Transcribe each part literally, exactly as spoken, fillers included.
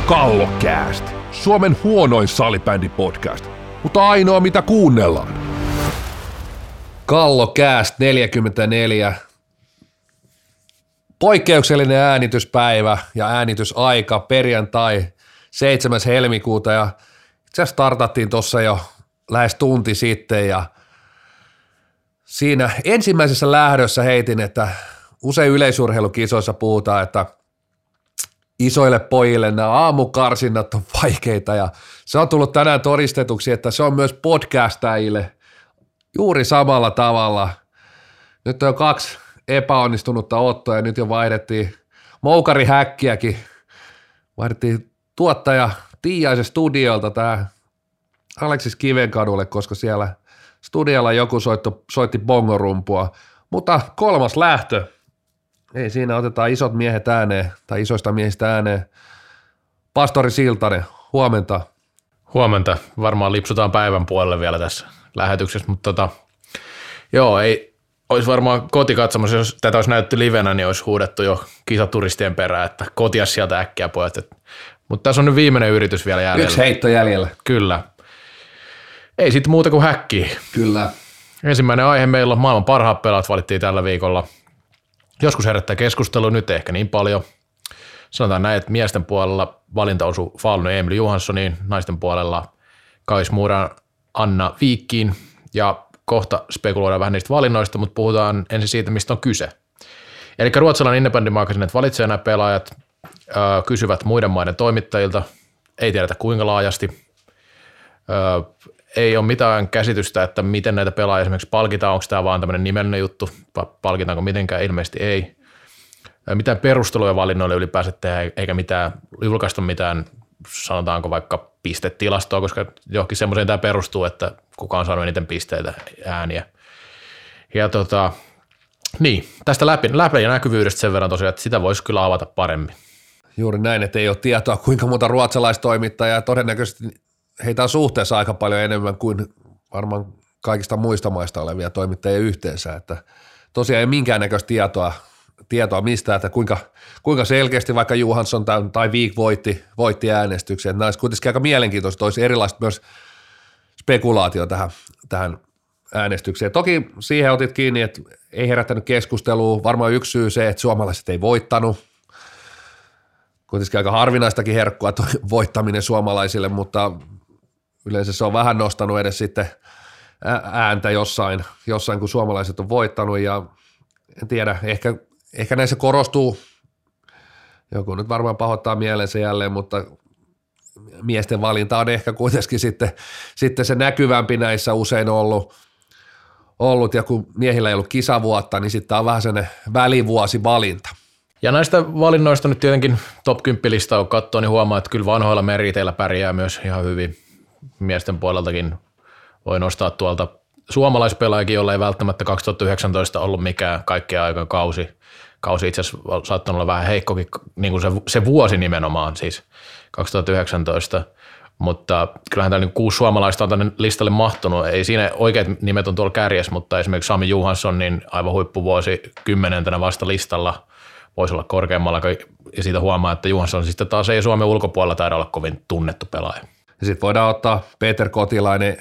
Kallokääst, Suomen huonoin salibändipodcast, mutta ainoa mitä kuunnellaan. Kallokääst neljäkymmentäneljä. Poikkeuksellinen äänityspäivä ja äänitysaika perjantai seitsemäs helmikuuta ja itse asiassa startattiin tuossa jo lähes tunti sitten ja siinä ensimmäisessä lähdössä heitin, että usein yleisurheilukisoissa puhutaan, että isoille pojille nämä aamukarsinnat on vaikeita ja se on tullut tänään todistetuksi, että se on myös podcastajille juuri samalla tavalla. Nyt on jo kaksi epäonnistunutta ottoa ja nyt jo vaihdettiin moukarihäkkiäkin. Vaihdettiin tuottaja Tiiaisen studiolta tämä Aleksis Kivenkadulle, koska siellä studiolla joku soitto, soitti bongorumpua. Mutta kolmas lähtö. Ei siinä, otetaan isot miehet ääneen tai isoista miehistä ääneen. Pastori Siltanen, huomenta. Huomenta. Varmaan lipsutaan päivän puolelle vielä tässä lähetyksessä, mutta tota, joo, ei olisi varmaan kotikatsomus, jos tätä olisi näytetty livenä, niin olisi huudettu jo kisaturistien perään, että kotia sieltä äkkiä pojat. Et, mutta tässä on nyt viimeinen yritys vielä jäljellä. Yksi heitto jäljellä. Kyllä. Ei sitten muuta kuin häkkiä. Kyllä. Ensimmäinen aihe meillä on maailman parhaat pelaat valittiin tällä viikolla. Joskus herättää keskustelua, nyt ehkä niin paljon. Sanotaan näin, että miesten puolella valinta osui Falun Emil Johanssoniin, naisten puolella Kais Muuran Anna Viikkiin ja kohta spekuloidaan vähän niistä valinnoista, mutta puhutaan ensin siitä, mistä on kyse. Eli ruotsalainen Independent Magazine valitsee nämä pelaajat, äh, kysyvät muiden maiden toimittajilta, ei tiedetä kuinka laajasti, äh, ei ole mitään käsitystä, että miten näitä pelaajia esimerkiksi palkitaan, onko tämä vaan tämmöinen nimellinen juttu, palkitaanko mitenkään, ilmeisesti ei. Mitään perusteluja valinnoille ylipäänsä tehdä, eikä mitään, julkaista mitään, sanotaanko vaikka pistetilastoa, koska johonkin semmoiseen tämä perustuu, että kuka on saanut eniten pisteitä ääniä. Ja tota, niin, tästä läpi, läpi ja näkyvyydestä sen verran tosiaan, että sitä voisi kyllä avata paremmin. Juuri näin, että ei ole tietoa, kuinka monta ruotsalaistoimittajaa, todennäköisesti heitä on suhteessa aika paljon enemmän kuin varmaan kaikista muista maista olevia toimittajia yhteensä, että tosiaan ei minkäännäköistä tietoa, tietoa mistä, että kuinka, kuinka selkeästi vaikka Johansson tai, tai Viik voitti, voitti äänestyksen, että nämä olisi kuitenkin aika mielenkiintoista, olisi erilaista myös spekulaatio tähän, tähän äänestykseen. Toki siihen otit kiinni, että ei herättänyt keskustelua, varmaan yksi syy se, että suomalaiset ei voittanut, kuitenkin aika harvinaistakin herkkua voittaminen suomalaisille, mutta yleensä se on vähän nostanut edes sitten ääntä jossain, jossain kun suomalaiset on voittanut ja en tiedä, ehkä, ehkä näissä korostuu, joku nyt varmaan pahoittaa mielensä jälleen, mutta miesten valinta on ehkä kuitenkin sitten, sitten se näkyvämpi näissä usein ollut, ollut ja kun miehillä ei ollut kisavuotta, niin sitten on vähän sellainen välivuosivalinta. Ja näistä valinnoista nyt tietenkin top kymmenen listaa kun katsoo, niin huomaa, että kyllä vanhoilla meriteillä pärjää myös ihan hyvin. Miesten puoleltakin voi nostaa tuolta suomalaispelaajakin, jolla ei välttämättä kaksituhattayhdeksäntoista ollut mikään kaikkea aika kausi. Kausi itse asiassa saattanut olla vähän heikkokin, niin kuin se, se vuosi nimenomaan, siis kaksituhattayhdeksäntoista. Mutta kyllähän täällä niin kuusi suomalaista on tänne listalle mahtunut. Ei siinä oikeat nimet on tuolla kärjessä, mutta esimerkiksi Sami Johansson, niin aivan huippuvuosi kymmenentenä vasta listalla. Voisi olla korkeammalla, ja siitä huomaa, että Johansson sitten taas ei Suomen ulkopuolella taida olla kovin tunnettu pelaaja. Ja sitten voidaan ottaa Peter Kotilainen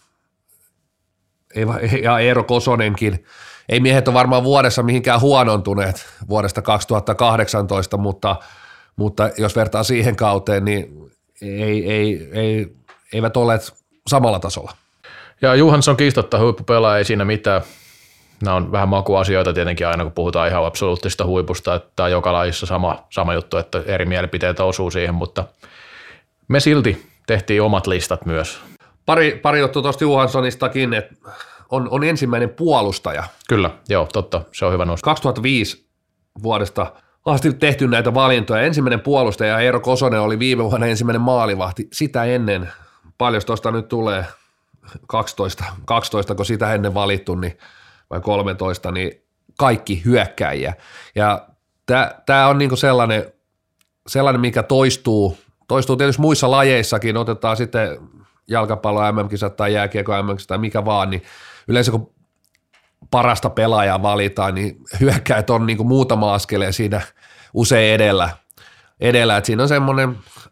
ja Eero Kosonenkin. Ei miehet ole varmaan vuodessa mihinkään huonontuneet vuodesta kaksituhattakahdeksantoista, mutta, mutta jos vertaa siihen kauteen, niin ei, ei, ei, eivät olleet samalla tasolla. Ja Johansson kiistatta huippupelaaja, ei siinä mitään. Nämä on vähän makuasioita tietenkin aina, kun puhutaan ihan absoluuttisesta huipusta, että on joka lajissa sama, sama juttu, että eri mielipiteet osuu siihen, mutta me silti tehtiin omat listat myös. Pari, pari juttu tuosta Johanssonistakin, että on, on ensimmäinen puolustaja. Kyllä, joo, totta, se on hyvä nosto. kaksituhattaviisi vuodesta asti tehty näitä valintoja. Ensimmäinen puolustaja Eero Kosonen oli viime vuonna ensimmäinen maalivahti. Sitä ennen, paljon tuosta nyt tulee, kaksitoista, kaksitoista kun sitä ennen valittu, niin vai kolmetoista, niin kaikki hyökkäjiä. Ja tämä on niinku sellainen, sellainen, mikä toistuu, toistuu tietysti muissa lajeissakin, otetaan sitten jalkapallo M M-kisat tai jääkiekko M M-kisat tai mikä vaan, niin yleensä kun parasta pelaajaa valitaan, niin hyökkäät on niinku muutama askeleen siinä usein edellä, edellä. Että siinä on semmoinen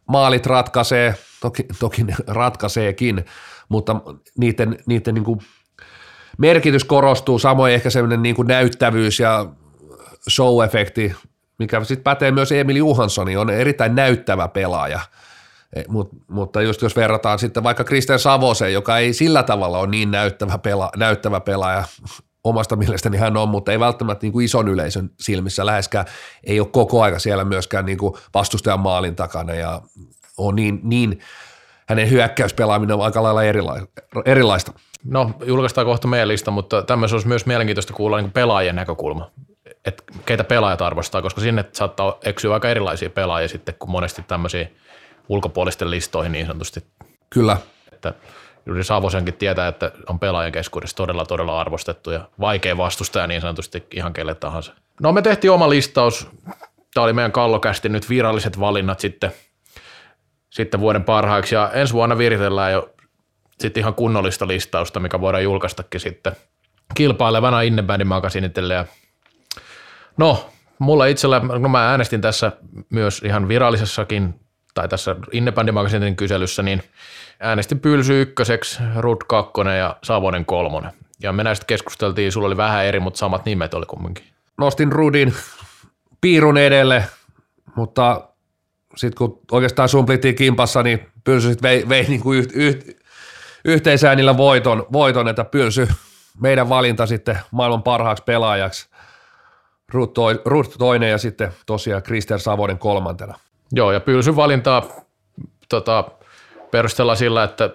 maalit ratkaisee, toki, toki ne ratkaiseekin, mutta niiden, niiden niin kuin merkitys korostuu, samoin ehkä semmoinen niin kuin näyttävyys ja show-efekti, mikä sitten pätee myös Emil Johanssoni, on erittäin näyttävä pelaaja, Mut, mutta just jos verrataan sitten vaikka Kristian Savoseen, joka ei sillä tavalla ole niin näyttävä, pela, näyttävä pelaaja, omasta mielestäni hän on, mutta ei välttämättä niin kuin ison yleisön silmissä läheskään, ei ole koko aika siellä myöskään niin kuin vastustajan maalin takana ja on niin, niin hänen hyökkäyspelaaminen on aika lailla erilaista. No julkaistaan kohta meidän lista, mutta tämmöisen olisi myös mielenkiintoista kuulla niin kuin pelaajien näkökulma, että keitä pelaajat arvostaa, koska sinne saattaa eksyä aika erilaisia pelaajia sitten kuin monesti tämmöisiä ulkopuolisten listoihin niin sanotusti. Kyllä. Että juuri Savosenkin tietää, että on pelaajan keskuudessa todella, todella arvostettu ja vaikea vastustaja niin sanotusti ihan kelle tahansa. No me tehtiin oma listaus. Tämä oli meidän Kallokästi nyt viralliset valinnat sitten, sitten vuoden parhaiksi ja ensi vuonna viritellään jo sitten ihan kunnollista listausta, mikä voidaan julkaistakin sitten kilpailevana Innebandin magasinitelle. Ja no, mulla itsellä, no mä äänestin tässä myös ihan virallisessakin tai tässä Innebandin magasiinin kyselyssä, niin äänestin Pylsy ykköseksi, Rud kakkonen ja Savonen kolmonen. Ja me näistä keskusteltiin, sulla oli vähän eri, mutta samat nimet oli kumminkin. Nostin Rudin piirun edelle, mutta sitten kun oikeastaan sumplittiin kimpassa, niin Pylsy sitten vei, vei niin kuin yht, yht, yhteisäänillä voiton, voiton, että Pylsy meidän valinta sitten maailman parhaaksi pelaajaksi. Rud, toi, Rud toinen ja sitten tosiaan Kristian Savonen kolmantena. Joo, ja Pylsyn valintaa tota, perustellaan sillä, että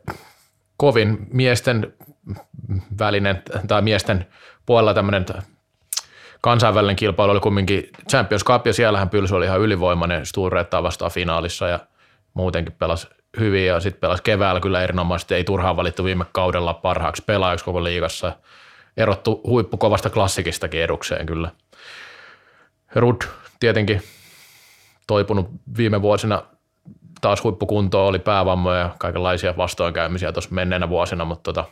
kovin miesten välinen tai miesten puolella tämmöinen kansainvälinen kilpailu oli kumminkin Champions Cup, ja siellähän Pylsy oli ihan ylivoimainen Sturrettaa vastaan finaalissa ja muutenkin pelasi hyvin, ja sitten pelasi keväällä kyllä erinomaisesti, ei turhaan valittu viime kaudella parhaaksi pelaajaksi koko liigassa, erottu huippukovasta klassikistakin edukseen kyllä. Rud tietenkin toipunut viime vuosina taas huippukuntoon, oli päävammoja ja kaikenlaisia vastoinkäymisiä tuossa menneenä vuosina, mutta tota,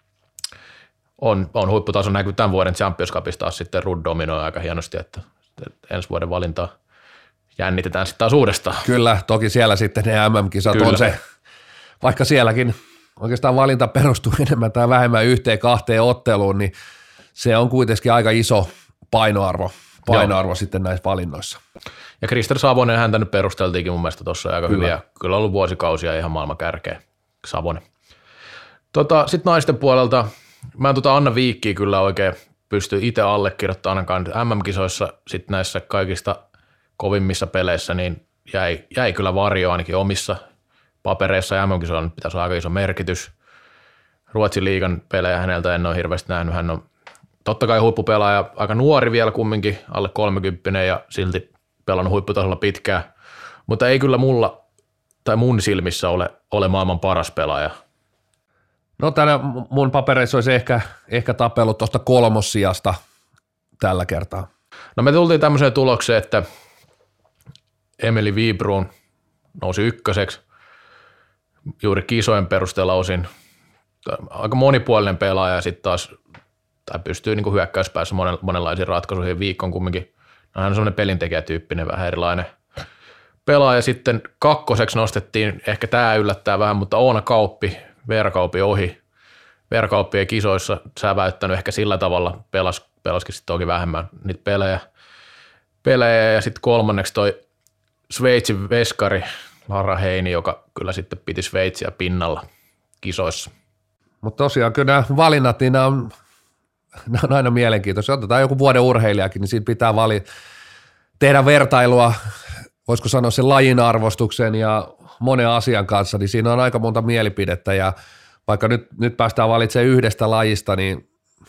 on, on huipputaso näkyy tämän vuoden Champions Cupissa taas sitten Rud dominoi aika hienosti, että, että ensi vuoden valintaa jännitetään sitten taas uudestaan. Kyllä, toki siellä sitten ne M M-kisat Kyllä. on se, vaikka sielläkin oikeastaan valinta perustuu enemmän tai vähemmän yhteen kahteen otteluun, niin se on kuitenkin aika iso painoarvo, painoarvo sitten näissä valinnoissa. Ja Krister Savonen häntä nyt perusteltiinkin mun mielestä tuossa aika Kyllä. hyviä. Kyllä on ollut vuosikausia ihan maailman kärkeä Savonen. Tota, sitten naisten puolelta, mä en tota Anna Viikkiä kyllä oikein pysty itse allekirjoittamaan ainakaan M M-kisoissa sitten näissä kaikista kovimmissa peleissä, niin jäi, jäi kyllä varjo ainakin omissa papereissa ja M M-kisoilla nyt pitäisi olla aika iso merkitys. Ruotsin liigan pelejä häneltä en ole hirveästi nähnyt. Hän on totta kai huippupelaaja, aika nuori vielä kumminkin, alle kolmekymppinen ja silti pelannut huipputasolla pitkään, mutta ei kyllä mulla tai mun silmissä ole, ole maailman paras pelaaja. No tänä mun papereissa olisi ehkä, ehkä tapellut tuosta kolmossijasta tällä kertaa. No me tultiin tämmöiseen tulokseen, että Emeli Wibrun nousi ykköseksi juuri kisojen perusteella osin. Aika monipuolinen pelaaja ja sitten taas tai pystyy niin kuin hyökkäyspäässä monen, monenlaisiin ratkaisuihin. Viikon kumminkin. No, hän on semmoinen pelintekijätyyppinen, vähän erilainen pelaaja. Sitten kakkoseksi nostettiin, ehkä tämä yllättää vähän, mutta Oona Kauppi, Veera-Kauppi ohi. Veera-Kauppi ei kisoissa säväyttänyt ehkä sillä tavalla, pelas, pelaskin sitten toki vähemmän niitä pelejä. pelejä. Ja sitten kolmanneksi toi Sveitsin veskari Lara Heini, joka kyllä sitten piti Sveitsiä pinnalla kisoissa. Mutta tosiaan kyllä nämä valinnat, niin nämä on, nämä on aina mielenkiintoisia. Otetaan joku vuoden urheilijakin, niin siitä pitää vali, tehdä vertailua, voisiko sanoa sen lajin arvostuksen ja monen asian kanssa, niin siinä on aika monta mielipidettä ja vaikka nyt, nyt päästään valitsemaan yhdestä lajista, niin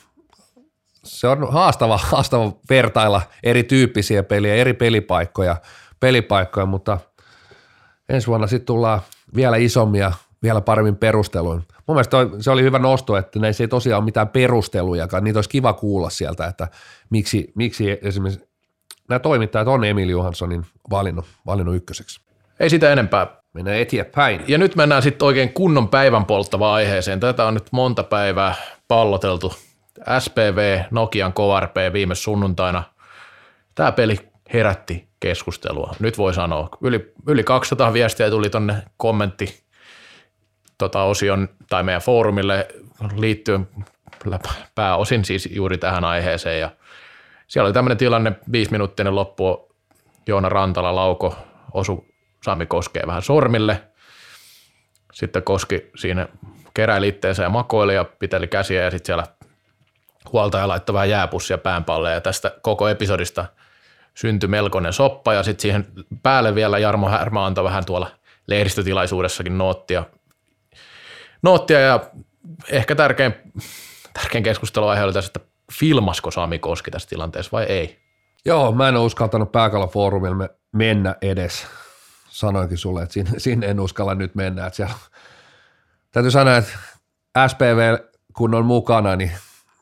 se on haastava, haastava vertailla erityyppisiä peliä, eri pelipaikkoja, pelipaikkoja, mutta ensi vuonna sitten tullaan vielä isommin ja vielä paremmin perusteluin. Mun mielestä se oli hyvä nosto, että näissä ei tosiaan ole mitään perustelujakaan, niitä olisi kiva kuulla sieltä, että miksi, miksi esimerkiksi nämä toimittajat on Emil Johanssonin valinnut, valinnut ykköseksi. Ei sitä enempää. Mennään eteenpäin. Ja nyt mennään sitten oikein kunnon päivän polttavaan aiheeseen. Tätä on nyt monta päivää palloteltu. S P V, Nokian K R P viime sunnuntaina. Tämä peli herätti keskustelua. Nyt voi sanoa, yli, yli kaksisataa viestiä tuli tuonne kommentti tota, osion tai meidän foorumille liittyen pääosin siis juuri tähän aiheeseen. Ja siellä oli tämmöinen tilanne, viisi minuuttinen loppu, Joona Rantala lauko osui Sami Koskeen vähän sormille. Sitten Koski siinä keräili itteensä ja makoili ja piteli käsiä ja sitten siellä huoltaja laittoi vähän jääpussia päänpalle ja tästä koko episodista syntyi melkoinen soppa ja sitten siihen päälle vielä Jarmo Härmä antoi vähän tuolla lehdistötilaisuudessakin noottia. Noottia ja ehkä tärkein, tärkein keskusteluaihe oli tässä, että filmasko Sami Koski tässä tilanteessa vai ei? Joo, mä en ole uskaltanut Pääkallofoorumille mennä edes. Sanoinkin sulle, että sinne, sinne en uskalla nyt mennä. Että siellä, täytyy sanoa, että S P V kun on mukana, niin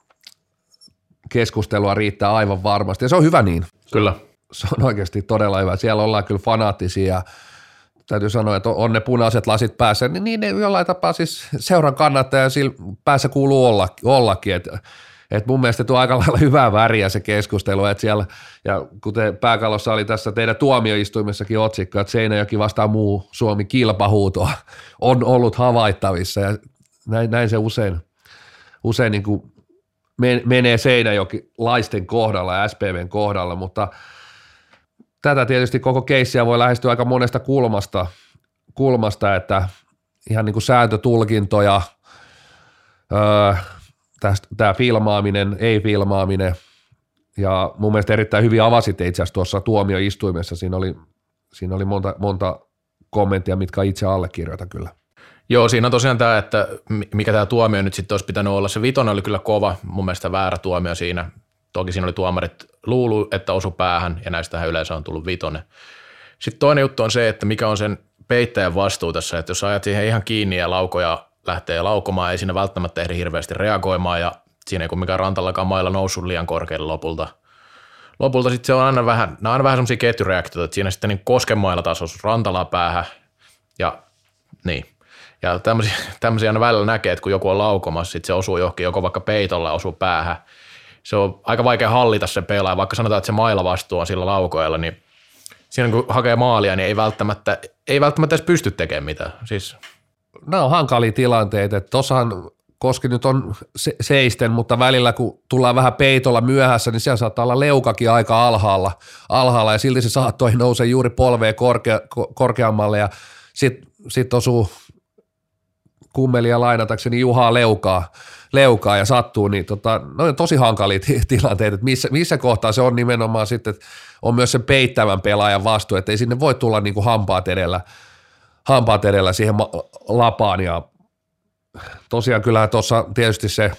keskustelua riittää aivan varmasti ja se on hyvä niin. Kyllä. Se on oikeasti todella hyvä. Siellä ollaan kyllä fanaattisia ja täytyy sanoa, että on ne punaiset lasit päässä, niin, niin ne jollain tapaa siis seuran kannattaja päässä kuuluu olla, ollakin. Että et mun mielestä tuo aika lailla hyvää väriä se keskustelu, että siellä, ja kuten Pääkallossa oli tässä teidän tuomioistuimessakin otsikko, että Seinäjoki vastaan muu Suomi kilpahuutoa on ollut havaittavissa ja näin, näin se usein, usein niin kuin menee Seinäjoki laisten kohdalla ja S P V:n kohdalla, mutta tätä tietysti koko keissiä voi lähestyä aika monesta kulmasta, kulmasta että ihan niin kuin sääntötulkintoja, öö, tämä filmaaminen, ei-filmaaminen, ja mun mielestä erittäin hyvin avasit itse asiassa tuossa tuomioistuimessa, siinä oli, siinä oli monta, monta kommenttia, mitkä itse allekirjoitan kyllä. Joo, siinä on tosiaan tämä, että mikä tämä tuomio nyt sitten olisi pitänyt olla. Se vitonen oli kyllä kova, mun mielestä väärä tuomio siinä. Toki siinä oli tuomarit luulu, että osu päähän, ja näistähän yleensä on tullut vitonen. Sitten toinen juttu on se, että mikä on sen peittäjän vastuu tässä, että jos ajat siihen ihan kiinni ja laukoja lähtee laukomaan, ei siinä välttämättä ehdi hirveästi reagoimaan, ja siinä ei kun mikään Rantallakaan mailla noussut liian korkealle lopulta. Lopulta sitten se on aina vähän, nämä on aina vähän semmoisia ketjureaktioita, että siinä sitten niin Koskenmailla taas osui Rantalaa päähän, ja niin. Ja tämmöisiä, tämmöisiä aina välillä näkee, että kun joku on laukomassa, sitten se osuu johonkin, joko vaikka peitolla osuu päähän. Se on aika vaikea hallita se pelaaja, vaikka sanotaan, että se mailla vastuu on sillä laukoilla, niin siinä kun hakee maalia, niin ei välttämättä, ei välttämättä edes pysty tekemään mitään. Siis nämä on hankalia tilanteita, että tossahan Koski nyt on se- seisten, mutta välillä kun tullaan vähän peitolla myöhässä, niin siellä saattaa olla leukakin aika alhaalla, alhaalla ja silti se saattoi nousee juuri polveen korkea, korkeammalle ja sitten sit osuu kummelia lainatakseni Juhaa leukaa, leukaa ja sattuu, niin tota, ne on tosi hankalia t- tilanteita, että missä, missä kohtaa se on nimenomaan sitten, että on myös sen peittävän pelaajan vastuu, että ei sinne voi tulla niin kuin hampaat edellä, hampaat edellä siihen ma- lapaan ja tosiaan kyllähän tuossa tietysti se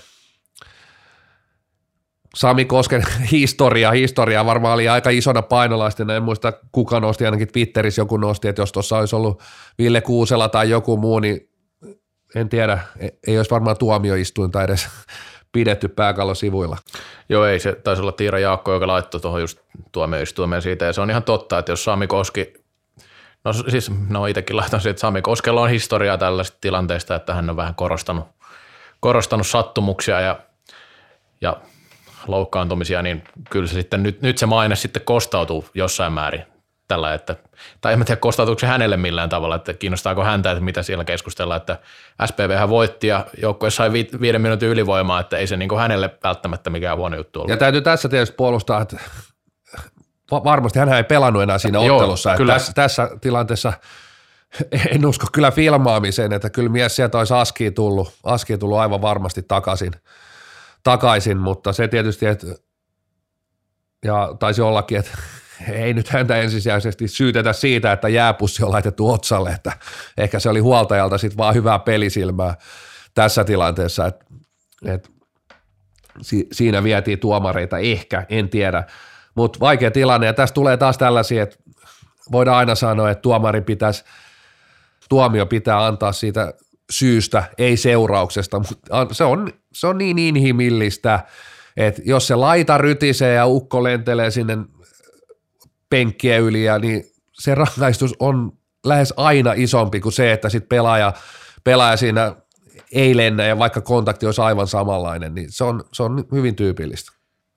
Sami Kosken historia, historia varmaan oli aika isona painolaistina, en muista kuka nosti, ainakin Twitterissä joku nosti, että jos tuossa olisi ollut Ville Kuusela tai joku muu, niin en tiedä, ei olisi varmaan tuomioistuinta edes pidetty Pääkallon sivuilla. Joo, ei, se taisi olla Tiira Jaakko, joka laittoi tuohon just tuomioistuimeen siitä, ja se on ihan totta, että jos Sami Koski, no siis no itsekin laitan siitä, että Sami Koskella on historiaa tällaisesta tilanteesta, että hän on vähän korostanut, korostanut sattumuksia ja, ja loukkaantumisia, niin kyllä se sitten, nyt, nyt se maine sitten kostautuu jossain määrin tällä, että, tai en mä tiedä kostautuuko se hänelle millään tavalla, että kiinnostaako häntä, että mitä siellä keskustellaan, että S P V:hän voitti ja joukkue sai vi, viiden minuutin ylivoimaa, että ei se niin kuin hänelle välttämättä mikään huono juttu ollut. Ja täytyy tässä tietysti puolustaa, että varmasti hän ei pelannut enää siinä Joo, ottelussa, että tässä, tässä tilanteessa en usko kyllä filmaamiseen, että kyllä mies sieltä olisi askiin tullut, askiin tullut aivan varmasti takaisin, takaisin, mutta se tietysti, että ja taisi ollakin, että ei nyt häntä ensisijaisesti syytetä siitä, että jääpussi on laitettu otsalle, että ehkä se oli huoltajalta sitten vaan hyvää pelisilmää tässä tilanteessa, että, että si, siinä vietiin tuomareita ehkä, en tiedä, mutta vaikea tilanne ja tässä tulee taas tällaisia, että voidaan aina sanoa, että tuomari pitäisi, tuomio pitää antaa siitä syystä, ei seurauksesta, mutta se on, se on niin inhimillistä, että jos se laita rytisee ja ukko lentelee sinne penkkien yli, ja niin se rangaistus on lähes aina isompi kuin se, että sit pelaaja, pelaaja siinä ei lennä ja vaikka kontakti olisi aivan samanlainen, niin se on, se on hyvin tyypillistä.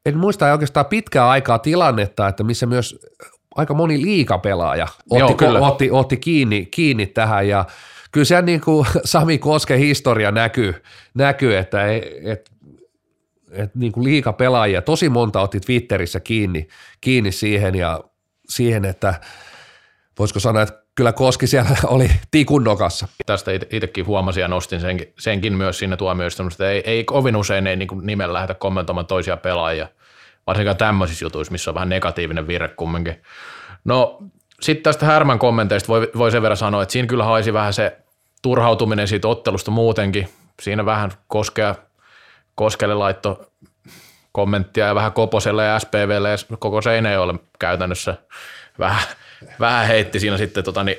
en muista oikeastaan pitkää aikaa tilannetta, että missä myös aika moni liigapelaaja otti, Joo, otti, otti kiinni, kiinni tähän ja kyllä siellä niin kuin Sami Kosken historia näkyy, näkyy että et, et niin kuin liigapelaajia tosi monta otti Twitterissä kiinni, kiinni siihen ja siihen, että voisiko sanoa, että kyllä Koski siellä oli tikun nokassa. Tästä itsekin huomasin ja nostin senkin, senkin myös siinä tuomioistuimessa, että ei, ei kovin usein ei niin kuin nimellä lähdetä kommentoimaan toisia pelaajia, varsinkaan tämmöisissä jutuissa, missä on vähän negatiivinen virre kumminkin. No sitten tästä Härmän kommenteista voi, voi sen verran sanoa, että siinä kyllä haisi vähän se turhautuminen siitä ottelusta muutenkin. Siinä vähän Koskea, Koskelle laitto kommenttia ja vähän Koposelle ja S P V:lle ja koko Seinäjoelle käytännössä vähän, vähän heitti siinä sitten, tota, niin,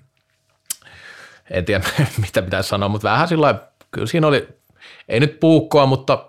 en tiedä mitä pitäisi sanoa, mutta vähän sillä kyllä siinä oli, ei nyt puukkoa, mutta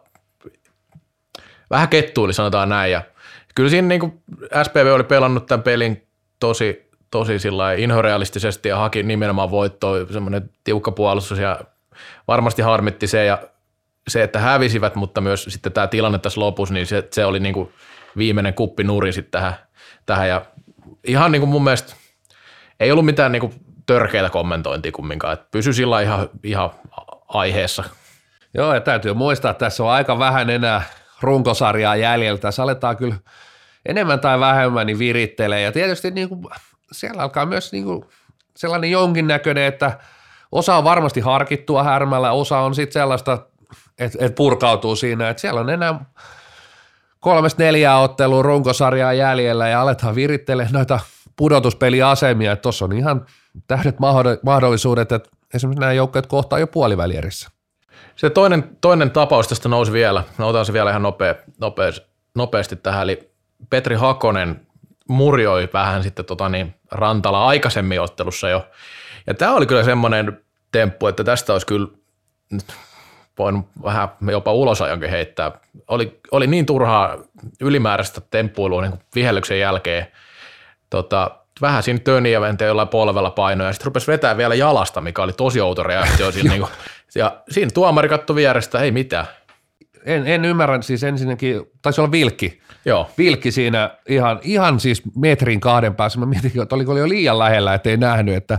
vähän kettuili sanotaan näin ja kyllä siinä niin kuin S P V oli pelannut tämän pelin tosi, tosi inhorealistisesti ja haki nimenomaan voittoa, semmoinen tiukka puolustus ja varmasti harmitti se ja se, että hävisivät, mutta myös sitten tämä tilanne tässä lopussa, niin se, se oli niin kuin viimeinen kuppi nuri sitten tähän, tähän ja ihan niin kuin mun mielestä ei ollut mitään niin kuin törkeitä kommentointia kumminkaan, että pysyi sillä ihan, ihan aiheessa. Joo, ja täytyy muistaa, että tässä on aika vähän enää runkosarjaa jäljellä. Tässä aletaan kyllä enemmän tai vähemmän niin virittelee ja tietysti niin kuin, siellä alkaa myös niin kuin sellainen jonkinnäköinen, että osa on varmasti harkittua Härmällä, osa on sitten sellaista, että, että purkautuu siinä, että siellä on enää kolmesta neljää ottelua runkosarjaa jäljellä ja aletaan virittelemään noita pudotuspeliasemia, että tuossa on ihan täydet mahdollisuudet, että esimerkiksi nämä joukkueet kohtaa jo puolivälierissä. Se toinen, toinen tapaus tästä nousi vielä, mä otan se vielä ihan nopea, nopea, nopeasti tähän, eli Petri Hakonen murjoi vähän sitten tota niin, Rantala aikaisemmin ottelussa jo, ja tämä oli kyllä semmoinen temppu, että tästä olisi kyllä voinut vähän jopa ulosajonkin heittää. Oli, oli niin turhaa ylimääräistä temppuilua niin vihellyksen jälkeen. Tota, vähän siinä töniä ventee jollain polvella painoja, ja sitten rupesi vetää vielä jalasta, mikä oli tosi outo reaktio. siinä, niin kuin, ja siinä tuomari katsoi vierestä, ei mitään. En, en ymmärrä, siis ensinnäkin, taisi olla Vilkki. Joo. Vilkki siinä ihan, ihan siis metrin kahden päässä. Mä mietin, että oliko jo liian lähellä, ettei nähnyt, että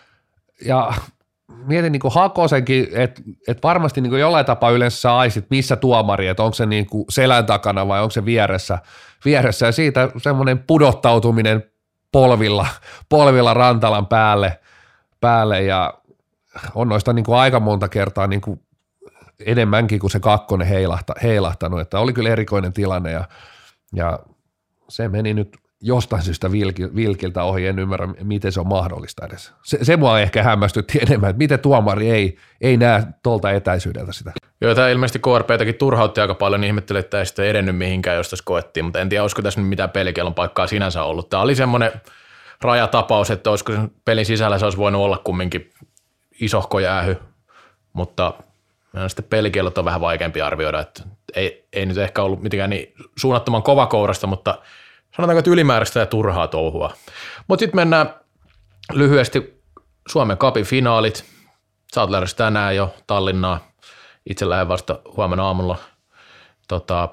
ja mietin niin kuin Hakosenkin, että, että varmasti niin kuin jollain tapaa yleensä saa aisit, missä tuomari, että onko se niin kuin selän takana vai onko se vieressä, vieressä ja siitä semmoinen pudottautuminen polvilla, polvilla Rantalan päälle, päälle ja on noista niin kuin aika monta kertaa niin kuin enemmänkin kuin se kakkonen heilahta, heilahtanut, että oli kyllä erikoinen tilanne ja, ja se meni nyt jostain syystä Vilkiltä ohi, en ymmärrä, miten se on mahdollista edes. Se, se mua ehkä hämmästytti enemmän, että miten tuomari ei, ei näe tuolta etäisyydeltä sitä. Joo, tämä ilmeisesti K R P:täkin turhautti aika paljon, niin ihmettelin, että ei sitten edennyt mihinkään, jos tässä koettiin, mutta en tiedä, olisiko tässä nyt mitään pelikielon paikkaa sinänsä ollut. Tämä oli semmoinen rajatapaus, että olisiko sen pelin sisällä se olisi voinut olla kumminkin isohko jäähy, mutta sitten pelikielot on vähän vaikeampi arvioida, että ei, ei nyt ehkä ollut mitenkään niin suunnattoman kovakourasta, mutta sanotaanko, että ylimääräistä ja turhaa touhua. Mutta sitten mennään lyhyesti Suomen Cupin finaalit. Sä oot lähdössä tänään jo Tallinnaan. Itse lähden vasta huomenna aamulla. Tota,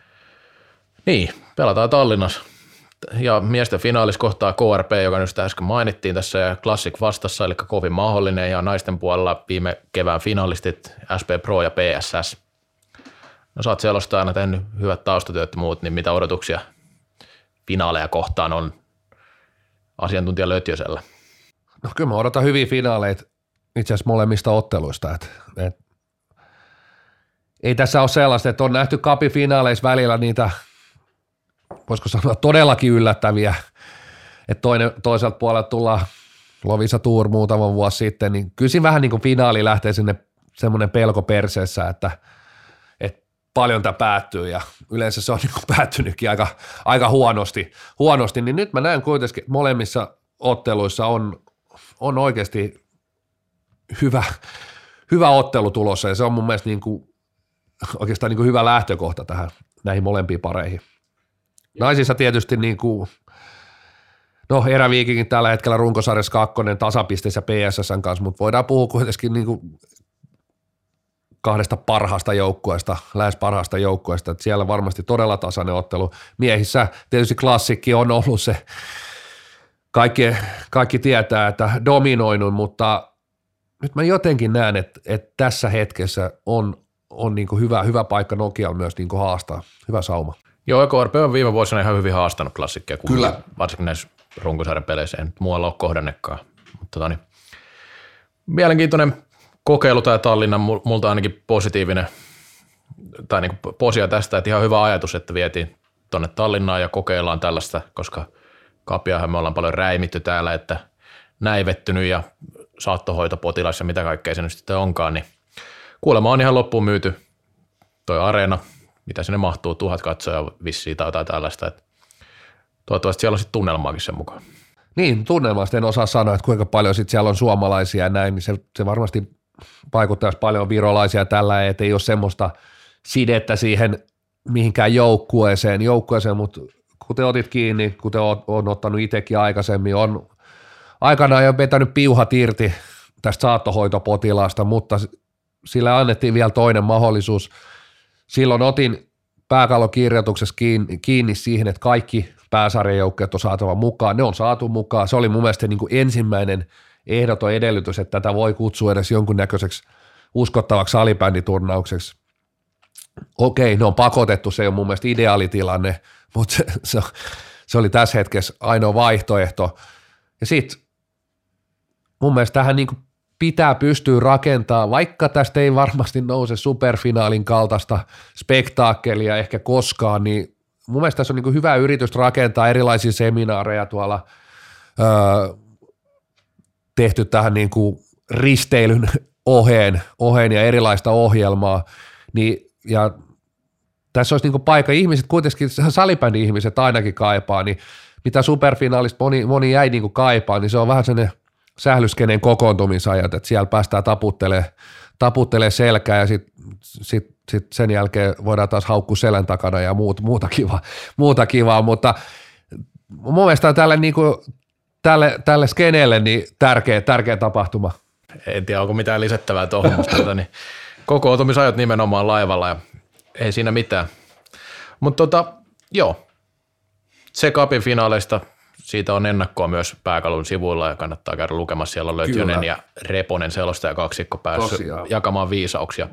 niin, pelataan Tallinnassa. Ja miesten finaalissa kohtaa K R P, joka nyt äsken mainittiin tässä, ja Classic vastassa, eli kovin mahdollinen, ja naisten puolella viime kevään finalistit S P Pro ja P S S. No sä oot selostajana tehnyt hyvät taustatyöt ja muut, niin mitä odotuksia finaaleja kohtaan on asiantuntija Lötjösellä? No kyllä mä odotan hyviä finaaleita itse asiassa molemmista otteluista. Et, et, ei tässä ole sellaista, että on nähty Cupin finaaleissa välillä niitä, voisiko sanoa todellakin yllättäviä, että toinen, toiselta puolelta tullaan Lovisa Tour muutaman vuosi sitten, niin kyllä siinä vähän niin kuin finaali lähtee sinne semmoinen pelko perseessä, että paljon tämä päättyy ja yleensä se on niin kuin päättynytkin aika, aika huonosti, huonosti, niin nyt mä näen kuitenkin, että molemmissa otteluissa on, on oikeasti hyvä, hyvä ottelu tulossa ja se on mun mielestä niin kuin, oikeastaan niin kuin hyvä lähtökohta tähän näihin molempiin pareihin. Naisissa tietysti niin kuin, no Eräviikinkin tällä hetkellä runkosarjassa kakkonen tasapisteessä P S S:n kanssa, mutta voidaan puhua kuitenkin niin kuin kahdesta parhaasta joukkueesta, lähes parhaasta joukkueesta, että siellä varmasti todella tasainen ottelu. Miehissä tietysti klassikki on ollut se, kaikki, kaikki tietää, että dominoinut, mutta nyt mä jotenkin näen, että, että tässä hetkessä on, on niin kuin hyvä, hyvä paikka Nokialla myös niin kuin haastaa, hyvä sauma. Joo, E K R P on viime vuosina ihan hyvin haastanut klassikkeja, Kyllä. varsinkin näissä runkosarjan peleissä, ei nyt muualla ole kohdannekaan. Mutta tota, niin, mielenkiintoinen kokeilu tai Tallinnan, multa ainakin positiivinen, tai niin kuin posia tästä, että ihan hyvä ajatus, että vietiin tuonne Tallinnaan ja kokeillaan tällaista, koska Kapiahan me ollaan paljon räimitty täällä, että näivettynyt ja saattohoitopotilas ja mitä kaikkea se nyt sitten onkaan, niin kuulemma on ihan loppuun myyty toi areena, mitä sinne mahtuu, tuhat katsoja vissiin tai jotain tällaista, että toivottavasti siellä on sitten tunnelmaakin sen mukaan. Niin, tunnelmasta en osaa sanoa, että kuinka paljon sit siellä on suomalaisia ja näin, niin se, se varmasti vaikuttaa, jos paljon on virolaisia tällä, että ei ole semmoista sidettä siihen mihinkään joukkueeseen, joukkueeseen, mutta kuten otit kiinni, kuten on ottanut itsekin aikaisemmin, on aikanaan jo vetänyt piuhat irti tästä saattohoitopotilaasta, mutta sillä annettiin vielä toinen mahdollisuus. Silloin otin pääkallokirjoituksessa kiinni, kiinni siihen, että kaikki pääsarjajoukkueet on saatava mukaan. Ne on saatu mukaan. Se oli mun mielestä niin kuin ensimmäinen ehdoton edellytys, että tätä voi kutsua edes jonkunnäköiseksi uskottavaksi salibänditurnaukseksi. Okei, ne on pakotettu, se ei ole mun mielestä ideaalitilanne, mutta se, se, se oli tässä hetkessä ainoa vaihtoehto. Ja sitten mun mielestä tähän niin kuin pitää pystyä rakentamaan, vaikka tästä ei varmasti nouse superfinaalin kaltaista spektaakkelia ehkä koskaan, niin mun mielestä tässä on niin kuin hyvä yritys rakentaa erilaisia seminaareja tuolla öö, tehty tähän niin kuin risteilyn oheen, oheen ja erilaista ohjelmaa, niin, ja tässä olisi niin kuin paikka, ihmiset kuitenkin, salibändi-ihmiset ainakin kaipaa, niin mitä superfinaalista moni, moni jäi niin kuin kaipaa, niin se on vähän sellainen sählyskeneen kokoontumisajat, että siellä päästään taputtelemaan taputtelee selkää ja sitten sit, sit sen jälkeen voidaan taas haukkua selän takana ja muut, muuta, kiva, muuta kivaa, mutta mun mielestä tälle, niin kuin, tälle, tälle skeneelle niin tärkeä, tärkeä tapahtuma. En tiedä, onko mitään lisättävää tuohon, mutta niin, kokoutumisajat nimenomaan laivalla ja ei siinä mitään. Mutta tota, joo, se Cupin finaaleista, siitä on ennakkoa myös Pääkallon sivuilla ja kannattaa käydä lukemassa. Siellä on Lötjönen ja Reponen selostaja kaksikko päässyt Tosiaan. jakamaan viisauksia.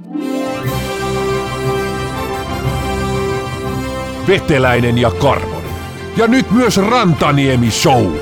Veteläinen ja Karvonen. Ja nyt myös Rantaniemi Show.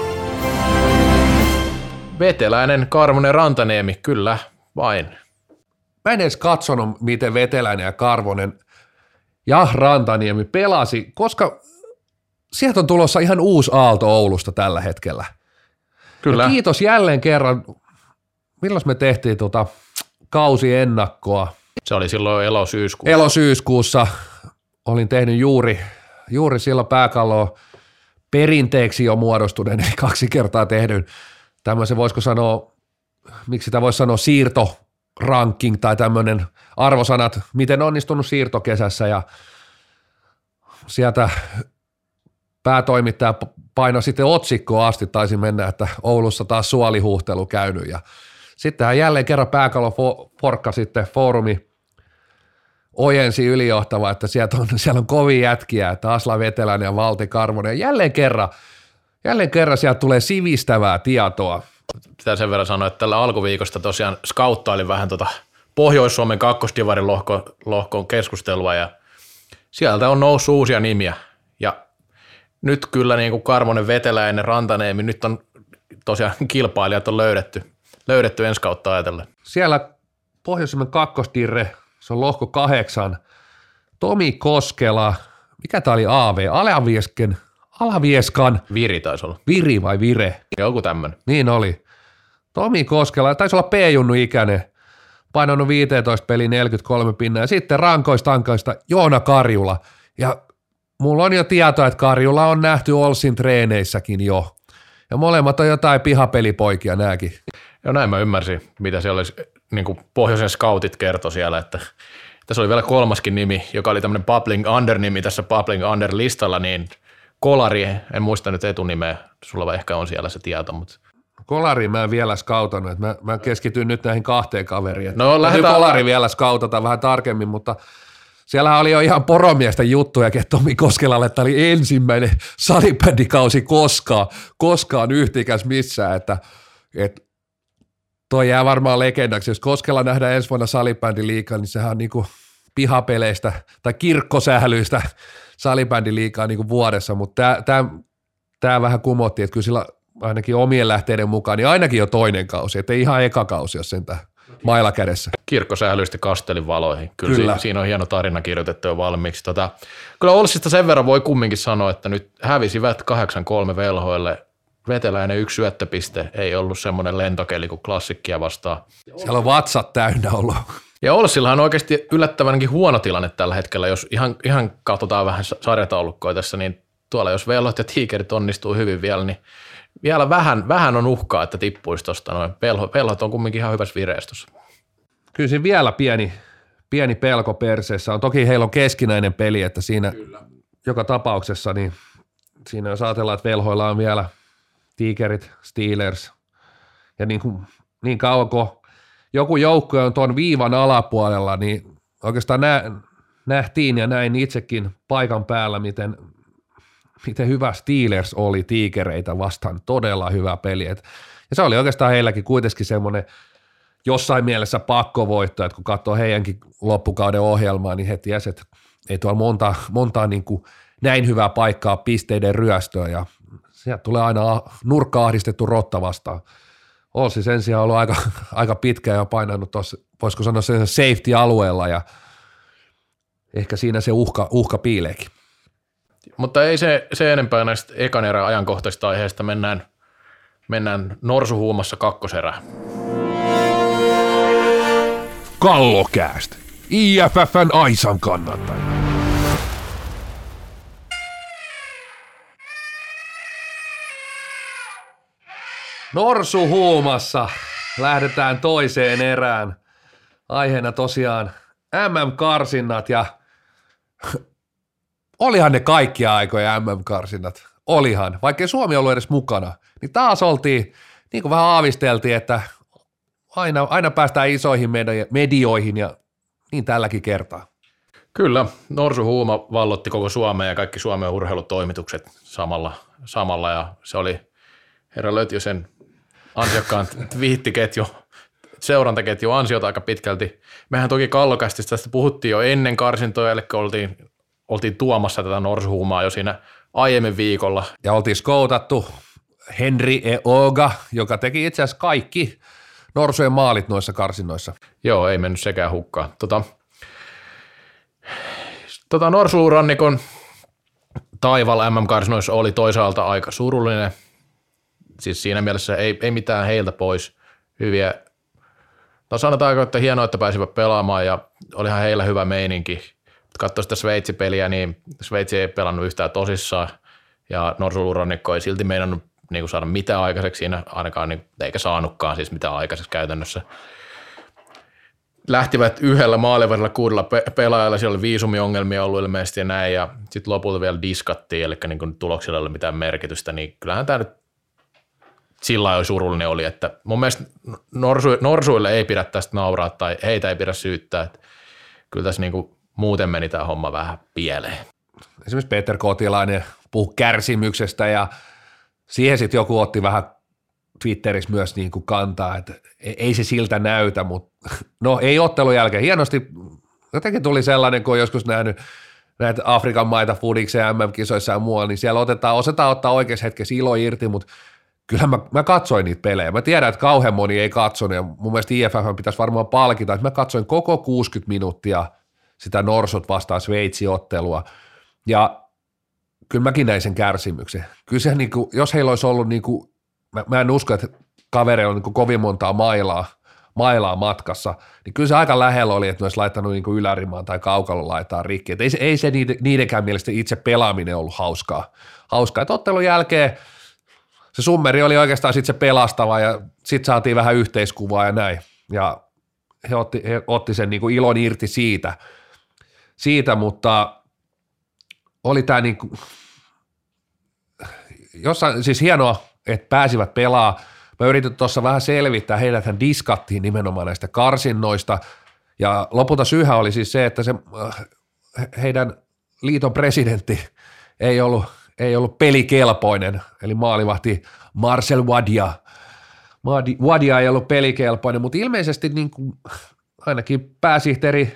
Veteläinen, Karvonen, Rantaniemi, kyllä vain. Mä en edes katsonut, miten Veteläinen ja Karvonen ja Rantaniemi pelasi, koska sieltä on tulossa ihan uusi aalto Oulusta tällä hetkellä. Kyllä. Ja kiitos jälleen kerran. Milloin me tehtiin tuota kausiennakkoa? Se oli silloin elosyyskuussa. Elosyyskuussa. Olin tehnyt juuri, juuri silloin Pääkalloon perinteeksi jo muodostuneen, eli kaksi kertaa tehdyn tämmöisen, voisiko sanoa, miksi sitä voisi sanoa, siirtoranking tai tämmöinen arvosanat, miten onnistunut siirtokesässä, ja sieltä päätoimittaja painoi sitten otsikkoon asti, taisi mennä, että Oulussa taas suolihuhtelu käynyt, ja sittenhän jälleen kerran Pääkallon porkka sitten foorumi ojensi ylijohtava, että sieltä on, siellä on kovin jätkiä, että Asla Veteläinen ja Valti Karvonen, ja jälleen kerran, jälleen kerran sieltä tulee sivistävää tietoa. Pitää sen verran sanoa, että tällä alkuviikosta tosiaan skauttailin vähän tuota Pohjois-Suomen kakkosdivarin lohko, lohkoon keskustelua, ja sieltä on noussut uusia nimiä, ja nyt kyllä niin kuin Karvonen, Veteläinen, Rantaniemi, nyt on tosiaan kilpailijat on löydetty, löydetty ensi kautta ajatellen. Siellä Pohjois-Suomen kakkosdirre, se on lohko kahdeksan, Tomi Koskela, mikä tää oli A V, Alaviesken, Alavieskan. Viri taisi olla. Viri vai Vire? Joku tämmöinen. Niin oli. Tomi Koskela, taisi olla P-junnu ikäinen, painanut viisitoista peliä neljäkymmentäkolme pinnaa, ja sitten rankoistankoista Joona Karjula, ja mulla on jo tietoa, että Karjula on nähty Olsin treeneissäkin jo, ja molemmat on jotain pihapelipoikia nääkin. Joo, näin mä ymmärsin, mitä se olisi, niin kuin Pohjoisen scoutit kertoi siellä, että tässä oli vielä kolmaskin nimi, joka oli tämmöinen Bubbling Under-nimi tässä Bubbling Under-listalla, niin Kolari, en muista nyt etunimeä, sulla ehkä on siellä se tieto, mutta Kolari mä en vielä skautannut, että mä, mä keskityn nyt näihin kahteen kaveriin. No lähdetään. Kolari vielä skautata vähän tarkemmin, mutta siellä oli jo ihan poromiesten juttuja, että Tomi Koskelalle tämä oli ensimmäinen salibändikausi koskaan, koskaan yhtikäs missään, että, että toi jää varmaan legendaksi. Jos Koskela nähdään ensi vuonna salibändiliigaa, niin sehän on niinku pihapeleistä tai kirkkosählyistä salibändiliigaa niinku vuodessa, mutta tämä vähän kumottiin, että kyllä sillä ainakin omien lähteiden mukaan, niin ainakin jo toinen kausi, ettei ihan eka kausi, jos sentään mailla kädessä. Kirkkosählyistä kastelin valoihin. Kyllä, kyllä. Siinä on hieno tarina kirjoitettu jo valmiiksi. Tota, kyllä Olssista sen verran voi kumminkin sanoa, että nyt hävisivät kahdeksan kolme velhoille. Veteläinen yksi syöttöpiste, ei ollut semmoinen lentokeli kuin klassikkia vastaan. Siellä on vatsat täynnä ollut. Ja Olssillahan on oikeasti yllättävänkin huono tilanne tällä hetkellä, jos ihan, ihan katsotaan vähän sarjataulukkoa tässä, niin tuolla jos velhot ja tiikerit onnistuu hyvin vielä, niin vielä vähän, vähän on uhkaa, että tippuisi tuosta noin. Velhot on kumminkin ihan hyvässä vireessä tuossa. Kyllä siinä vielä pieni, pieni pelko perseessä on. Toki heillä on keskinäinen peli, että siinä Kyllä. joka tapauksessa, niin siinä jos ajatellaan, että velhoilla on vielä Tigerit, Steelers ja niin, kuin, niin kauan kuin joku joukkue on tuon viivan alapuolella, niin oikeastaan nä, nähtiin ja näin itsekin paikan päällä, miten, miten hyvä Steelers oli Tigereitä vastaan. Todella hyvä peli. Et, ja se oli oikeastaan heilläkin kuitenkin semmoinen jossain mielessä pakkovoitto, että kun katsoo heidänkin loppukauden ohjelmaa, niin he tiesi, että ei tuolla monta, montaa niin kuin näin hyvää paikkaa pisteiden ryöstöä ja sieltä tulee aina nurkka-ahdistettu rotta vastaan. Olsi sen sijaan ollut aika, aika pitkään ja painanut tuossa, voisiko sanoa sen safety-alueella ja ehkä siinä se uhka, uhka piileekin. Mutta ei se, se enempää näistä ekan erän ajankohtaisista aiheista, mennään, mennään norsuhuumassa kakkoserään. Kallokääst, I F F:n Aisan kannattaja. Norsuhuumassa lähdetään toiseen erään. Aiheena tosiaan M M-karsinnat ja olihan ne kaikkia aikoja M M-karsinnat. Olihan, vaikkei Suomi ollut edes mukana. Niin taas oltiin, niin kuin vähän aavisteltiin, että aina, aina päästään isoihin medioihin ja niin tälläkin kertaa. Kyllä, Norsuhuuma vallotti koko Suomen ja kaikki Suomen urheilutoimitukset samalla, samalla ja se oli herra Lötjösen ansiokkaan twiittiketju, seurantaketju ansiota aika pitkälti. Mehän toki Kallokästissä tästä puhuttiin jo ennen karsintoja, eli oltiin, oltiin tuomassa tätä Norsuhuumaa jo siinä aiemmin viikolla. Ja oltiin skoutattu Henri Eoga, joka teki itse asiassa kaikki Norsujen maalit noissa karsinnoissa. Joo, ei mennyt sekään hukkaan. Tota, tota Norsurannikon taival M M-karsinoissa oli toisaalta aika surullinen. Siis siinä mielessä ei, ei mitään heiltä pois. Hyviä, no sanotaanko, että hienoa, että pääsivät pelaamaan ja olihan heillä hyvä meininki. Katso sitä Sveitsi-peliä, niin Sveitsi ei pelannut yhtään tosissaan ja Norsu-rannikko ei silti meinannut niin kuin saada mitään aikaiseksi siinä, ainakaan niin, eikä saanutkaan siis mitään aikaiseksi käytännössä. Lähtivät yhdellä maalivahdilla kuudella pe- pelaajalla, siellä oli viisumiongelmia ollut ilmeisesti ja näin, ja sitten lopulta vielä diskattiin, eli niin kuin tuloksilla ei ole mitään merkitystä, niin kyllähän tämä nyt sillä lailla surullinen oli, että mun mielestä norsu, norsuille ei pidä tästä nauraa tai heitä ei pidä syyttää, että kyllä tässä niin kuin muuten meni tämä homma vähän pieleen. Esimerkiksi Peter Kotilainen puhui kärsimyksestä ja siihen sitten joku otti vähän Twitterissä myös niin kuin kantaa, että ei se siltä näytä, mutta no ei ottelun jälkeen. Hienosti jotenkin tuli sellainen, kun on joskus nähnyt näitä Afrikan maita Fudikseen M M-kisoissa ja muualla, niin siellä otetaan, osataan ottaa oikeassa hetkessä ilo irti, mutta kyllähän mä, mä katsoin niitä pelejä. Mä tiedän, että kauhean moni ei katsonut ja mun mielestä I F F pitäisi varmaan palkita, että mä katsoin koko kuusikymmentä minuuttia sitä Norsut vastaan Sveitsi-ottelua ja kyllä mäkin näin sen kärsimyksen. Kyllä se, niin kuin, jos heillä olisi ollut, niin kuin, mä, mä en usko, että kavereilla on niin kuin kovin montaa mailaa, mailaa matkassa, niin kyllä se aika lähellä oli, että ne olisi laittanut niin kuin ylärimaan tai kaukalon laittaa rikki. Että ei se, ei se niiden, niidenkään mielestä itse pelaaminen ollut hauskaa. hauskaa. Että ottelun jälkeen se summeri oli oikeastaan sitten se pelastava ja sitten saatiin vähän yhteiskuvaa ja näin. Ja he otti, he otti sen niin kuin ilon irti siitä, siitä mutta oli tämä niin kuin, jossain, siis hienoa, että pääsivät pelaa mä yritin tuossa vähän selvittää, heidäthän diskattiin nimenomaan näistä karsinnoista, ja lopulta syyhän oli siis se, että se heidän liiton presidentti ei ollut, ei ollut pelikelpoinen, eli maalivahti Marcel Wadia. Wadia ei ollut pelikelpoinen, mutta ilmeisesti niin kuin ainakin pääsihteeri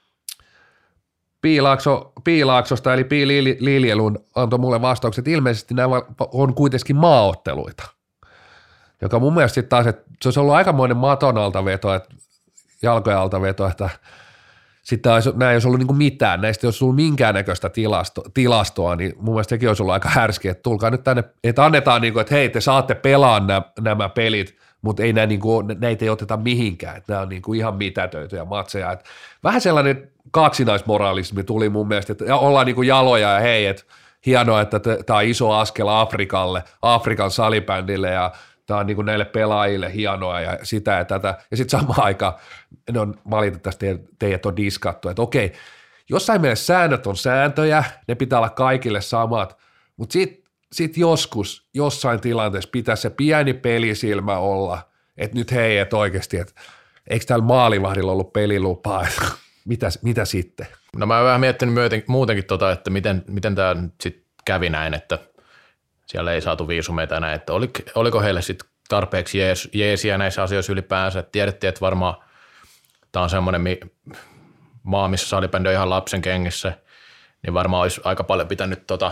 Piilaakso, Piilaaksosta eli Piililjelun antoi mulle vastaukset, että ilmeisesti nämä on kuitenkin maaotteluita, joka mun mielestä sitten taas, että se olisi ollut aikamoinen maton altaveto, että jalkojen altaveto, että sitten nämä ei olisi ollut niin kuin mitään, näistä ei olisi ollut minkäännäköistä tilasto, tilastoa, niin mun mielestä sekin olisi ollut aika härski, että tulkaa nyt tänne, että annetaan niin kuin, että hei, te saatte pelaa nämä, nämä pelit, mutta ei nämä, niin kuin, näitä ei oteta mihinkään, että nämä on niin kuin ihan mitätöityjä matseja, että vähän sellainen kaksinaismoraalismi tuli mun mielestä, että ollaan niin kuin jaloja ja hei, että hienoa, että tämä on iso askel Afrikalle, Afrikan salibändille ja tämä on niin kuin näille pelaajille hienoa ja sitä ja tätä. Ja sitten samaan aikaan ne on valitettavasti teidät on diskattu, että okei, jossain mielessä säännöt on sääntöjä, ne pitää olla kaikille samat, mutta sitten sit joskus jossain tilanteessa pitäisi se pieni pelisilmä olla, että nyt hei, että oikeasti, että eikö täällä maalivahdilla ollut pelilupaa, että mitä, mitä sitten? No mä oon vähän miettinyt muutenkin tota, että miten, miten tämä sitten kävi näin, että siellä ei saatu viisumeita näin, että oliko, oliko heille sitten tarpeeksi jees, jeesiä näissä asioissa ylipäänsä, että tiedettiin, että varmaan tämä on semmoinen mi- maa, missä salibändi on ihan lapsen kengissä, niin varmaan olisi aika paljon pitänyt tota,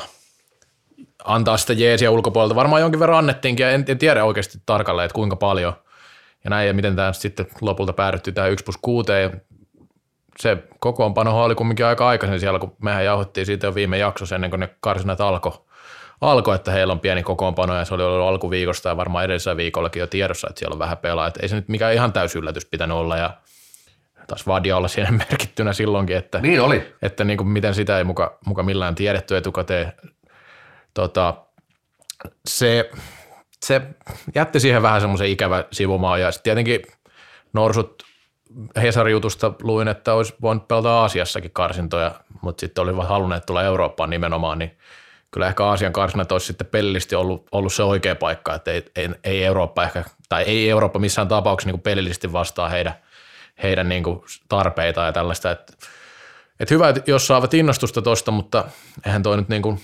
antaa sitä jeesiä ulkopuolelta. Varmaan jonkin verran annettiinkin ja en, en tiedä oikeasti tarkalleen, että kuinka paljon ja näin ja miten tämä sitten lopulta päädytty tähän yksi plus kuuteen. Se kokoonpanohan oli kumminkin aika aikaisen siellä, kun mehän jauhottiin siitä jo viime jaksossa ennen kuin ne karsinat alkoi. Alkoi, että heillä on pieni kokoonpano ja se oli ollut alkuviikosta ja varmaan edellisellä viikollakin jo tiedossa, että siellä on vähän pelaa. Että ei se nyt mikään ihan täysi yllätys pitänyt olla ja taas Vadia olla siinä merkittynä silloinkin, että, niin oli. että niin kuin miten sitä ei muka, muka millään tiedetty etukäteen. Tota, se, se jätti siihen vähän semmoisen ikävä sivumaan ja sitten tietenkin Norsut Hesarin jutusta luin, että olisi voinut pelata Aasiassakin karsintoja, mutta sitten olivat halunneet tulla Eurooppaan nimenomaan, niin kyllä ehkä Aasian karsinat olisi sitten pelillisesti ollut, ollut se oikea paikka, että ei, ei, ei Eurooppa ehkä, tai ei Eurooppa missään tapauksessa niin kuin pelillisesti vastaa heidän, heidän niin kuin tarpeita ja tällaista, että, että hyvä, jos saavat innostusta tuosta, mutta eihän toi nyt niin kuin,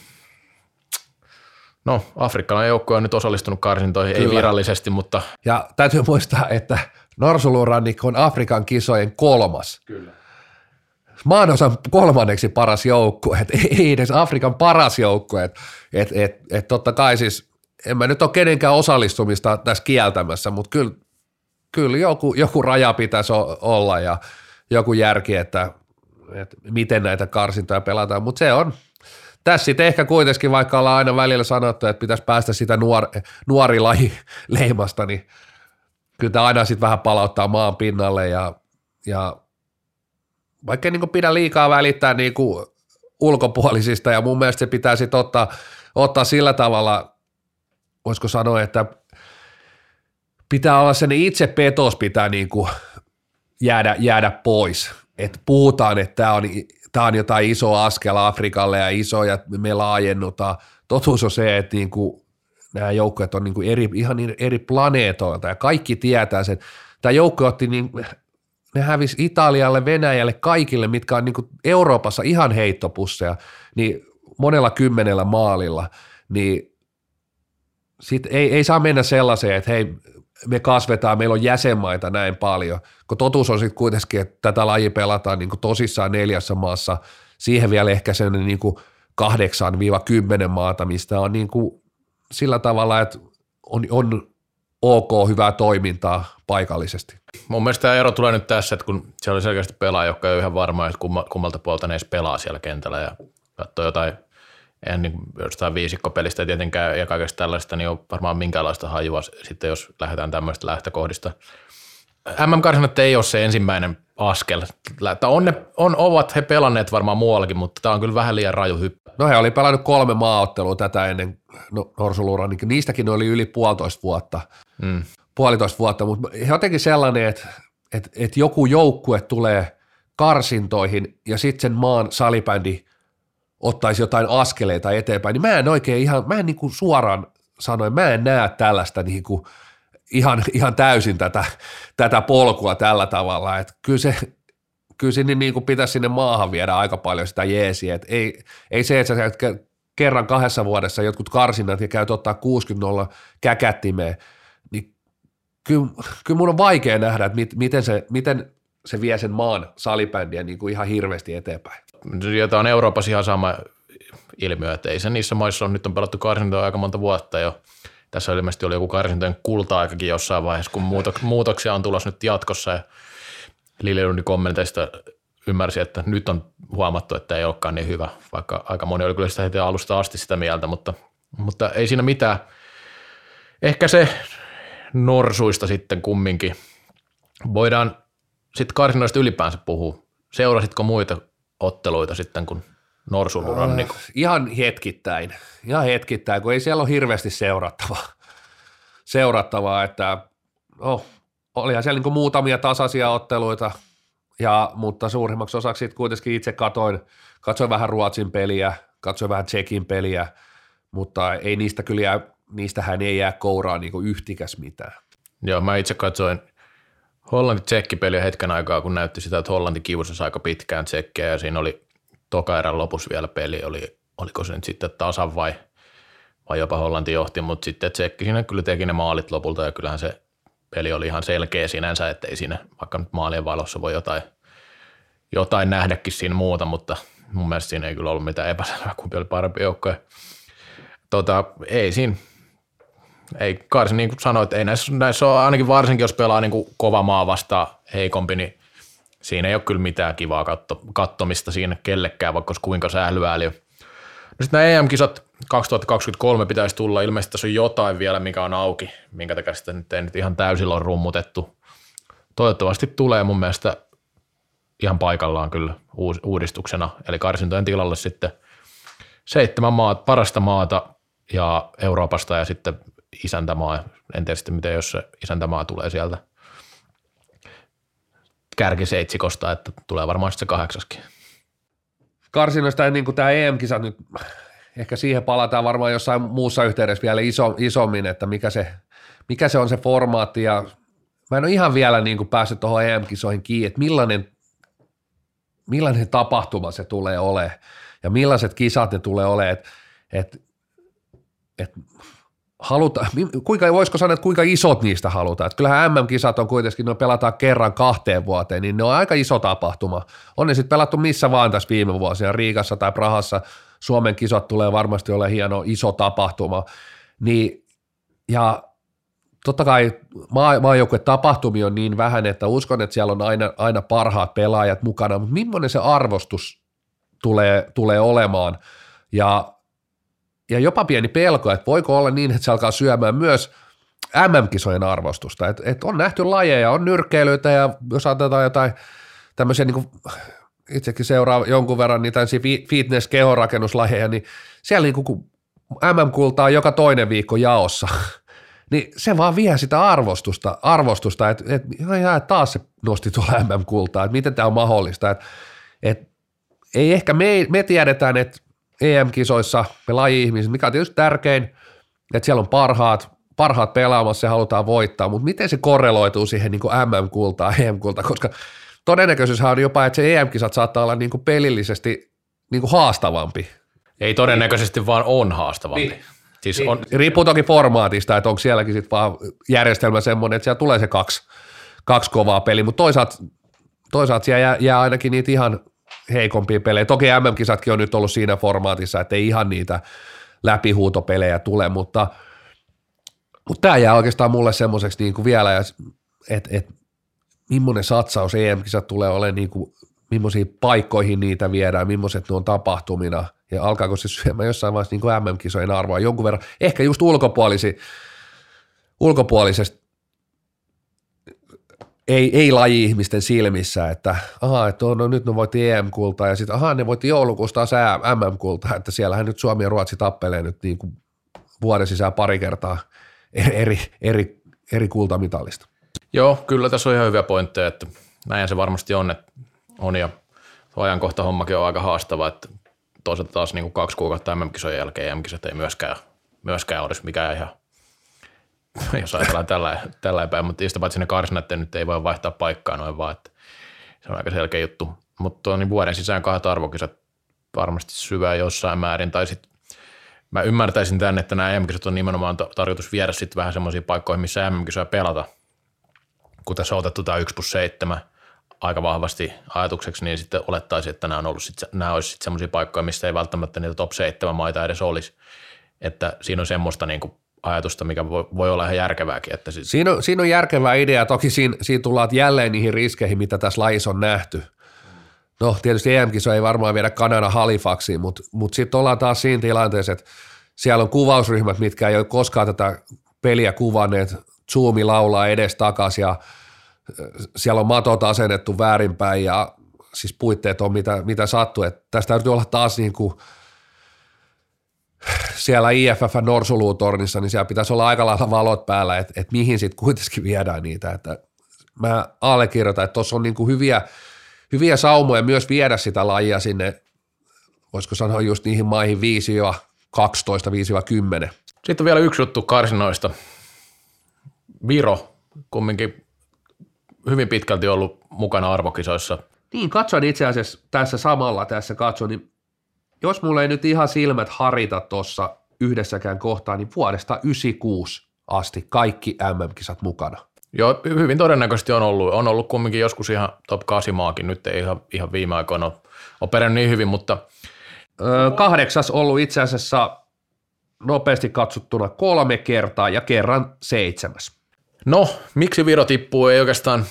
no afrikkalainen joukkue on nyt osallistunut karsintoihin, kyllä. Ei virallisesti, mutta. Ja täytyy muistaa, että Norsulurannikko on Afrikan kisojen kolmas. Kyllä. Maanosan kolmanneksi paras joukkue, että ei edes Afrikan paras joukkue, että et, et, et totta kai siis, en mä nyt ole kenenkään osallistumista tässä kieltämässä, mutta kyllä, kyllä joku, joku raja pitäisi olla ja joku järki, että, että miten näitä karsintoja pelataan, mutta se on, tässä sitten ehkä kuitenkin, vaikka ollaan aina välillä sanottu, että pitäisi päästä sitä nuor, nuorilaji leimasta, niin kyllä tämä aina sitten vähän palauttaa maan pinnalle ja, ja vaikka ei niin kuin pidä liikaa välittää niin kuin ulkopuolisista ja mun mielestä se pitää sitten ottaa, ottaa sillä tavalla, voisiko sanoa, että pitää olla sen itse petos pitää niin kuin jäädä, jäädä pois, että puhutaan, että tämä on, tämä on jotain isoa askelaa Afrikalle ja iso ja me laajennutaan. Totuus on se, että niin kuin nämä joukkueet on niin kuin eri, ihan niin eri planeetoilta ja kaikki tietää sen. Tämä joukkue otti niin, ne hävisi Italialle, Venäjälle, kaikille, mitkä on niin kuin Euroopassa ihan heittopusseja, niin monella kymmenellä maalilla, niin sit ei, ei saa mennä sellaiseen, että hei, me kasvetaan, meillä on jäsenmaita näin paljon, kun totuus on sitten kuitenkin, että tätä lajia pelataan niin kuin tosissaan neljässä maassa, siihen vielä ehkä sen niin kuin kahdeksan kymmenen maata, mistä on niin kuin sillä tavalla, että on, on ok, hyvää toimintaa paikallisesti. Mun mielestä tämä ero tulee nyt tässä, että kun siellä oli selkeästi pelaaja, joka ei ole ihan varma, että kummalta puolta ne edes pelaa siellä kentällä ja katsoo jotain, eihän niin jostain viisikkopelistä tietenkään ja kaikesta tällaista, niin on varmaan minkäänlaista hajua sitten, jos lähdetään tämmöistä lähtökohdista. M M-karsinat ei ole se ensimmäinen askel. On, ne, on, ovat he pelanneet varmaan muuallakin, mutta tämä on kyllä vähän liian raju hyppä. No he oli pelannut kolme maaottelua tätä ennen no, Norsuluuran, niin niistäkin oli yli puolitoista vuotta. Mm. Puolitoista vuotta, mutta jotenkin sellainen, että, että, että joku joukkue tulee karsintoihin ja sitten sen maan salibändi ottaisi jotain askeleita eteenpäin, niin mä en oikein ihan, mä en niin kuin suoraan sanoin, mä en näe tällaista niin kuin ihan, ihan täysin tätä, tätä polkua tällä tavalla, että kyllä se, kyllä sinne niin kuin pitäisi sinne maahan viedä aika paljon sitä jeesiä, että ei, ei se, että sä kerran kahdessa vuodessa jotkut karsinnat ja käyt ottaa kuusikymmentä nolla käkättimeen, niin kyllä, kyllä mun on vaikea nähdä, että mit, miten, se, miten se vie sen maan salibändiä niin kuin ihan hirveästi eteenpäin. Ja tämä on Euroopassa ihan sama ilmiö, että ei se niissä maissa on, nyt on pelattu karsintoja aika monta vuotta jo. Tässä ilmeisesti oli joku karsintojen kulta-aikakin jossain vaiheessa, kun muutoksia on tulossa nyt jatkossa ja Liljelundin kommenteista ymmärsin, että nyt on huomattu, että ei olekaan niin hyvä, vaikka aika moni oli kyllä sitä heti alusta asti sitä mieltä, mutta, mutta ei siinä mitään. Ehkä se norsuista sitten kumminkin. Voidaan sitten karsinnoista ylipäänsä puhua. Seurasitko muita otteluita sitten kuin Norsunlurannikko? Äh, ihan hetkittäin, ihan hetkittäin, kun ei siellä ole hirveästi seurattavaa, seurattavaa että oh, olihan siellä niin muutamia tasaisia otteluita, ja, mutta suurimmaksi osaksi sitten kuitenkin itse katoin, katsoin vähän Ruotsin peliä, katsoin vähän Tsekin peliä, mutta ei niistä kyllä jää, niistähän ei jää kouraan niin yhtikäs mitään. Joo, mä itse katsoin Hollanti-Tsekki-peliä hetken aikaa, kun näytti sitä, että Hollanti kiusasi aika pitkään Tsekkiä, ja siinä oli toka erän lopussa vielä peli, oli, oliko se nyt sitten tasan vai, vai jopa Hollanti johti, mutta sitten Tsekki siinä kyllä teki ne maalit lopulta, ja kyllähän se peli oli ihan selkeä sinänsä, että ei siinä vaikka nyt maalien valossa voi jotain, jotain nähdäkin siinä muuta, mutta mun mielestä siinä ei kyllä ollut mitään epäselvää, kumpi oli parempi joukkoja. Tota, ei siinä, ei Karsi niin kuin sanoit, ei näissä, näissä ole, ainakin varsinkin jos pelaa niin kuin kova maa vastaan heikompi, niin siinä ei ole kyllä mitään kivaa katto, kattomista siinä kellekään, vaikka olisi kuinka sählyääliö. No sitten nämä E M-kisat kaksituhattakaksikymmentäkolme pitäisi tulla, ilmeisesti tässä on jotain vielä, mikä on auki, minkä takia sitä nyt ei nyt ihan täysillä ole rummutettu. Toivottavasti tulee mun mielestä ihan paikallaan kyllä uudistuksena, eli karsintojen tilalle sitten seitsemän maata, parasta maata ja Euroopasta ja sitten isäntämaa. En tiedä sitten miten, jos se isäntämaa tulee sieltä kärkiseitsikosta, että tulee varmaan sitten se kahdeksaskin. Karsinnoista niin kuin tämä E M-kisat nyt, ehkä siihen palataan varmaan jossain muussa yhteydessä vielä iso, isommin, että mikä se, mikä se on se formaatti, ja mä en ole ihan vielä niin kuin päässyt tuohon E M-kisoihin kiinni, että millainen, millainen tapahtuma se tulee olemaan, ja millaiset kisat ne tulee olemaan, että et, et haluta, kuinka, voisiko sanoa, että kuinka isot niistä halutaan, että kyllähän M M-kisat on kuitenkin, ne pelataan kerran kahteen vuoteen, niin ne on aika iso tapahtuma, on ne sitten pelattu missä vaan tässä viime vuosina, Riikassa tai Prahassa, Suomen kisat tulee varmasti olemaan hieno iso tapahtuma, niin ja totta kai maa, maajoukkueen tapahtumia on niin vähän, että uskon, että siellä on aina, aina parhaat pelaajat mukana, mutta millainen se arvostus tulee, tulee olemaan, ja Ja jopa pieni pelko, että voiko olla niin, että se alkaa syömään myös M M-kisojen arvostusta. Että et on nähty lajeja, on nyrkkeilyitä ja jos otetaan jotain tämmöisiä, niin kuin itsekin seuraa jonkun verran niitä fitness-kehorakennuslajeja, niin siellä niin kuin M M-kultaa on joka toinen viikko jaossa, niin se vaan vie sitä arvostusta, arvostusta että et, et, taas se nosti tuolla M M-kultaa, että miten tämä on mahdollista. Että et, ei ehkä me, me tiedetään, että E M-kisoissa me laji-ihmiset, mikä on tietysti tärkein, että siellä on parhaat, parhaat pelaamassa ja halutaan voittaa, mutta miten se korreloituu siihen niin kuin M M-kultaan, E M-kultaan, koska todennäköisyyshän on jopa, että se E M-kisat saattaa olla niin kuin pelillisesti niin kuin haastavampi. Ei todennäköisesti vaan on haastavampi. Niin. Siis on, riippuu toki formaatista, että onko sielläkin sitten vaan järjestelmä semmoinen, että siellä tulee se kaksi, kaksi kovaa peliä, mutta toisaalta, toisaalta siellä jää, jää ainakin niitä ihan heikompia pelejä. Toki M M-kisatkin on nyt ollut siinä formaatissa, että ei ihan niitä läpihuutopelejä tule, mutta, mutta tämä jää oikeastaan mulle semmoiseksi niin kuin vielä, että et, millainen satsaus E M-kisat tulee olemaan, niin kuin, millaisiin paikkoihin niitä viedään, millaiset ne on tapahtumina, ja alkaako se syömään jossain vaiheessa niin kuin M M-kisojen arvoa jonkun verran, ehkä just ulkopuolisi, ulkopuolisesta Ei, ei laji-ihmisten silmissä, että aha, että no, nyt ne voitti E M-kultaa ja sitten aha, ne voitti joulukuussa taas M M-kultaa, että siellähän nyt Suomi ja Ruotsi tappelee nyt niin kuin vuoden sisään pari kertaa eri, eri, eri kultamitalista. Joo, kyllä tässä on ihan hyviä pointteja, että näin se varmasti on, että on ja tuo ajankohta hommakin on aika haastava, että toisaalta taas niin kuin kaksi kuukautta M M-kisojen jälkeen E M-kisat ei myöskään, myöskään olisi mikään ihan jos ajatellaan tällä, tällä päin, mutta sitä paitsi ne karsinat nyt ei voi vaihtaa paikkaa noin vaan, että se on aika selkeä juttu. Mutta niin vuoden sisään kahdet arvokisat varmasti syvää jossain määrin, tai sitten mä ymmärtäisin tämän, että nämä M M-kisat on nimenomaan tarkoitus viedä sitten vähän semmoisiin paikkoihin, missä M M-kisoja pelata, kun tässä on otettu tämä yksi plus seitsemän aika vahvasti ajatukseksi, niin sitten olettaisiin, että nämä, on ollut sit, nämä olisi sitten semmoisia paikkoja, missä ei välttämättä niitä top seitsemän maita edes olisi, että siinä on semmoista niin kuin ajatusta, mikä voi, voi olla ihan järkevääkin. Että sit... siinä, on, siinä on järkevä idea, toki siinä, siinä tullaan jälleen niihin riskeihin, mitä tässä lajissa on nähty. No tietysti E M-kisoja ei varmaan viedä Kanada Halifaxiin, mutta, mutta sitten ollaan taas siinä tilanteessa, että siellä on kuvausryhmät, mitkä ei ole koskaan tätä peliä kuvanneet, Zoomi laulaa edes takaisin ja siellä on matot asennettu väärinpäin ja siis puitteet on mitä, mitä sattuu. Että tästä täytyy olla taas niin kuin siellä I F F Norsuluutornissa, niin siellä pitäisi olla aika lailla valot päällä, että, että mihin sitten kuitenkin viedään niitä. Että mä allekirjoitan, että tuossa on niin kuin hyviä, hyviä saumoja myös viedä sitä lajia sinne, voisiko sanoa just niihin maihin viisi kaksitoista, viisi kymmenen. Sitten on vielä yksi juttu karsinoista. Viro kumminkin hyvin pitkälti ollut mukana arvokisoissa. Niin, katsoin itse asiassa tässä samalla tässä katsoin, niin jos mulla ei nyt ihan silmät harita tuossa yhdessäkään kohtaa, niin vuodesta yhdeksänkymmentäkuusi asti kaikki M M-kisat mukana. Joo, hyvin todennäköisesti on ollut. On ollut kumminkin joskus ihan top kahdeksan maakin, nyt ei ihan, ihan viime aikoina ole, ole perännyt niin hyvin, mutta... Öö, kahdeksas ollut itse asiassa nopeasti katsottuna kolme kertaa ja kerran seitsemäs. No, miksi Viro tippuu? Ei oikeastaan...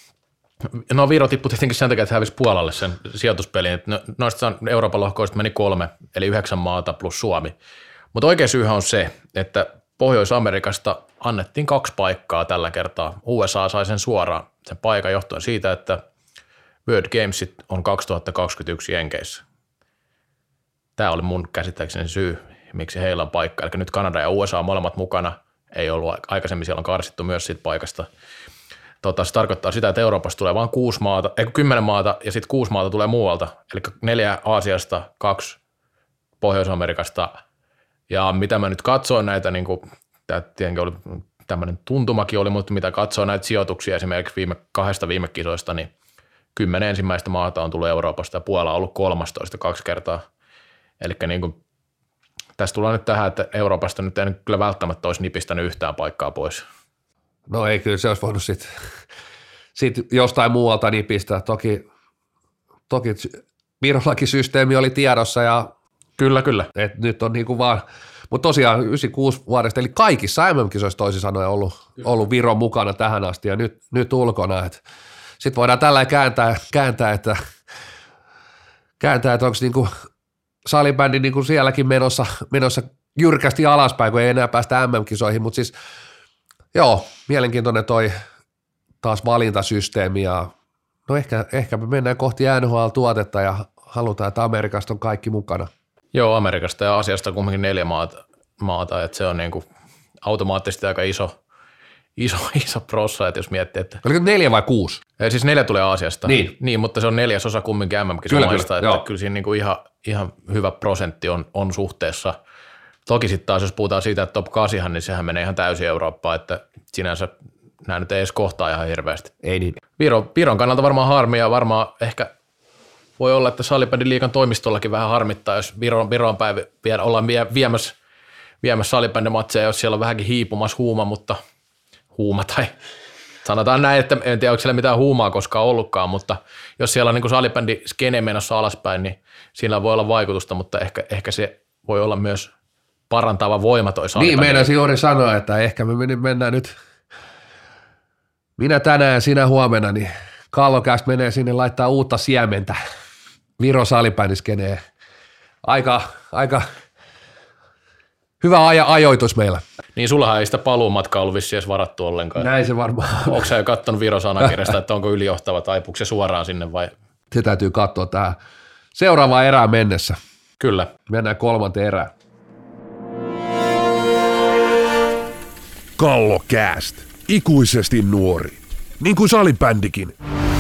No Viro tippui tietenkin sen takia, että hävisi Puolalle sen sijoituspelin. No, noista Euroopan lohkoista meni kolme, eli yhdeksän maata plus Suomi. Mutta oikea syyhän on se, että Pohjois-Amerikasta annettiin kaksi paikkaa tällä kertaa. U S A sai sen suoraan sen paikan johtuen siitä, että World Gamesit on kaksituhattakaksikymmentäyksi Jenkeissä. Tämä oli mun käsittääkseni syy, miksi heillä on paikka. Eli nyt Kanada ja U S A on molemmat mukana. Ei ollut aikaisemmin, siellä on karsittu myös siitä paikasta. Tota, se tarkoittaa sitä, että Euroopassa tulee vain kuusi maata, ei kymmenen maata ja sitten kuusi maata tulee muualta. Eli neljä Aasiasta, kaksi Pohjois-Amerikasta. Ja mitä mä nyt katsoin näitä, niin kuin, tämä tietenkin oli tämmöinen tuntumakin oli, mutta mitä katsoo näitä sijoituksia esimerkiksi viime, kahdesta viime kisoista, niin kymmenen ensimmäistä maata on tullut Euroopasta ja Puola on ollut kolmastoista kaksi kertaa. Eli niin kuin, tässä tullaan nyt tähän, että Euroopasta nyt ei kyllä välttämättä olisi nipistänyt yhtään paikkaa pois. No ei, kyllä se olisi voinut sitten sit jostain muualta nipistää. Toki, toki Virollakin systeemi oli tiedossa ja Kyllä, kyllä. Et nyt on niinku vaan, mutta tosiaan yhdeksänkymmentäkuusi vuodesta, eli kaikissa M M-kisoissa toisin sanoen ollut, ollut Viro mukana tähän asti ja nyt, nyt ulkona. Sitten voidaan tällä kääntää, kääntää, että, kääntää, että onko niinku salibändi niinku sielläkin menossa, menossa jyrkästi alaspäin, kun ei enää päästä M M-kisoihin, mutta siis joo, mielenkiintoinen toi taas valintasysteemi ja no ehkä, ehkä me mennään kohti N H L-tuotetta ja halutaan, että Amerikasta on kaikki mukana. Joo, Amerikasta ja Aasiasta kumminkin neljä maata, maata että se on niin kuin automaattisesti aika iso, iso, iso prossa, että jos miettii, että... Oliko neljä vai kuusi? Ei, siis neljä tulee Aasiasta. Niin. Niin, mutta se on neljäsosa kumminkin M M-kisomaista, että joo. Kyllä siinä niin kuin ihan, ihan hyvä prosentti on, on suhteessa. Toki sitten taas, jos puhutaan siitä, että top kahdeksan, niin sehän menee ihan täysin Eurooppaan, että sinänsä nämä nyt ei edes kohtaa ihan hirveästi. Ei niin. Viro, Viron kannalta varmaan harmi ja varmaan ehkä... Voi olla, että Salibändin liigan toimistollakin vähän harmittaa, jos Viron, Viron päivä vielä ollaan vie, viemässä, viemässä salibändimatseja, jos siellä on vähänkin hiipumassa huuma, mutta huuma tai sanotaan näin, että en tiedä, onko siellä mitään huumaa koskaan ollutkaan, mutta jos siellä on niin salibändiskene menossa alaspäin, niin siinä voi olla vaikutusta, mutta ehkä, ehkä se voi olla myös parantava voima toi salibändi. Niin, meinasin juuri sanoa, että ehkä me mennään nyt, minä tänään, sinä huomenna, niin Kallokästä menee sinne laittaa uutta siementä Viro salibändiskeneen. Aika, aika hyvä aja, ajoitus meillä. Niin sullahan ei sitä paluumatkaa ollut vissiin edes varattu ollenkaan. Näin se varmaan. Onko sä jo katsonut Viro-sanakirjasta, että onko ylijohtava taipuuko se suoraan sinne vai? Se täytyy katsoa tähän seuraavaan erään mennessä. Kyllä. Mennään kolmanteen erään. Kallokääst. Ikuisesti nuori. Niin kuin salibändikin.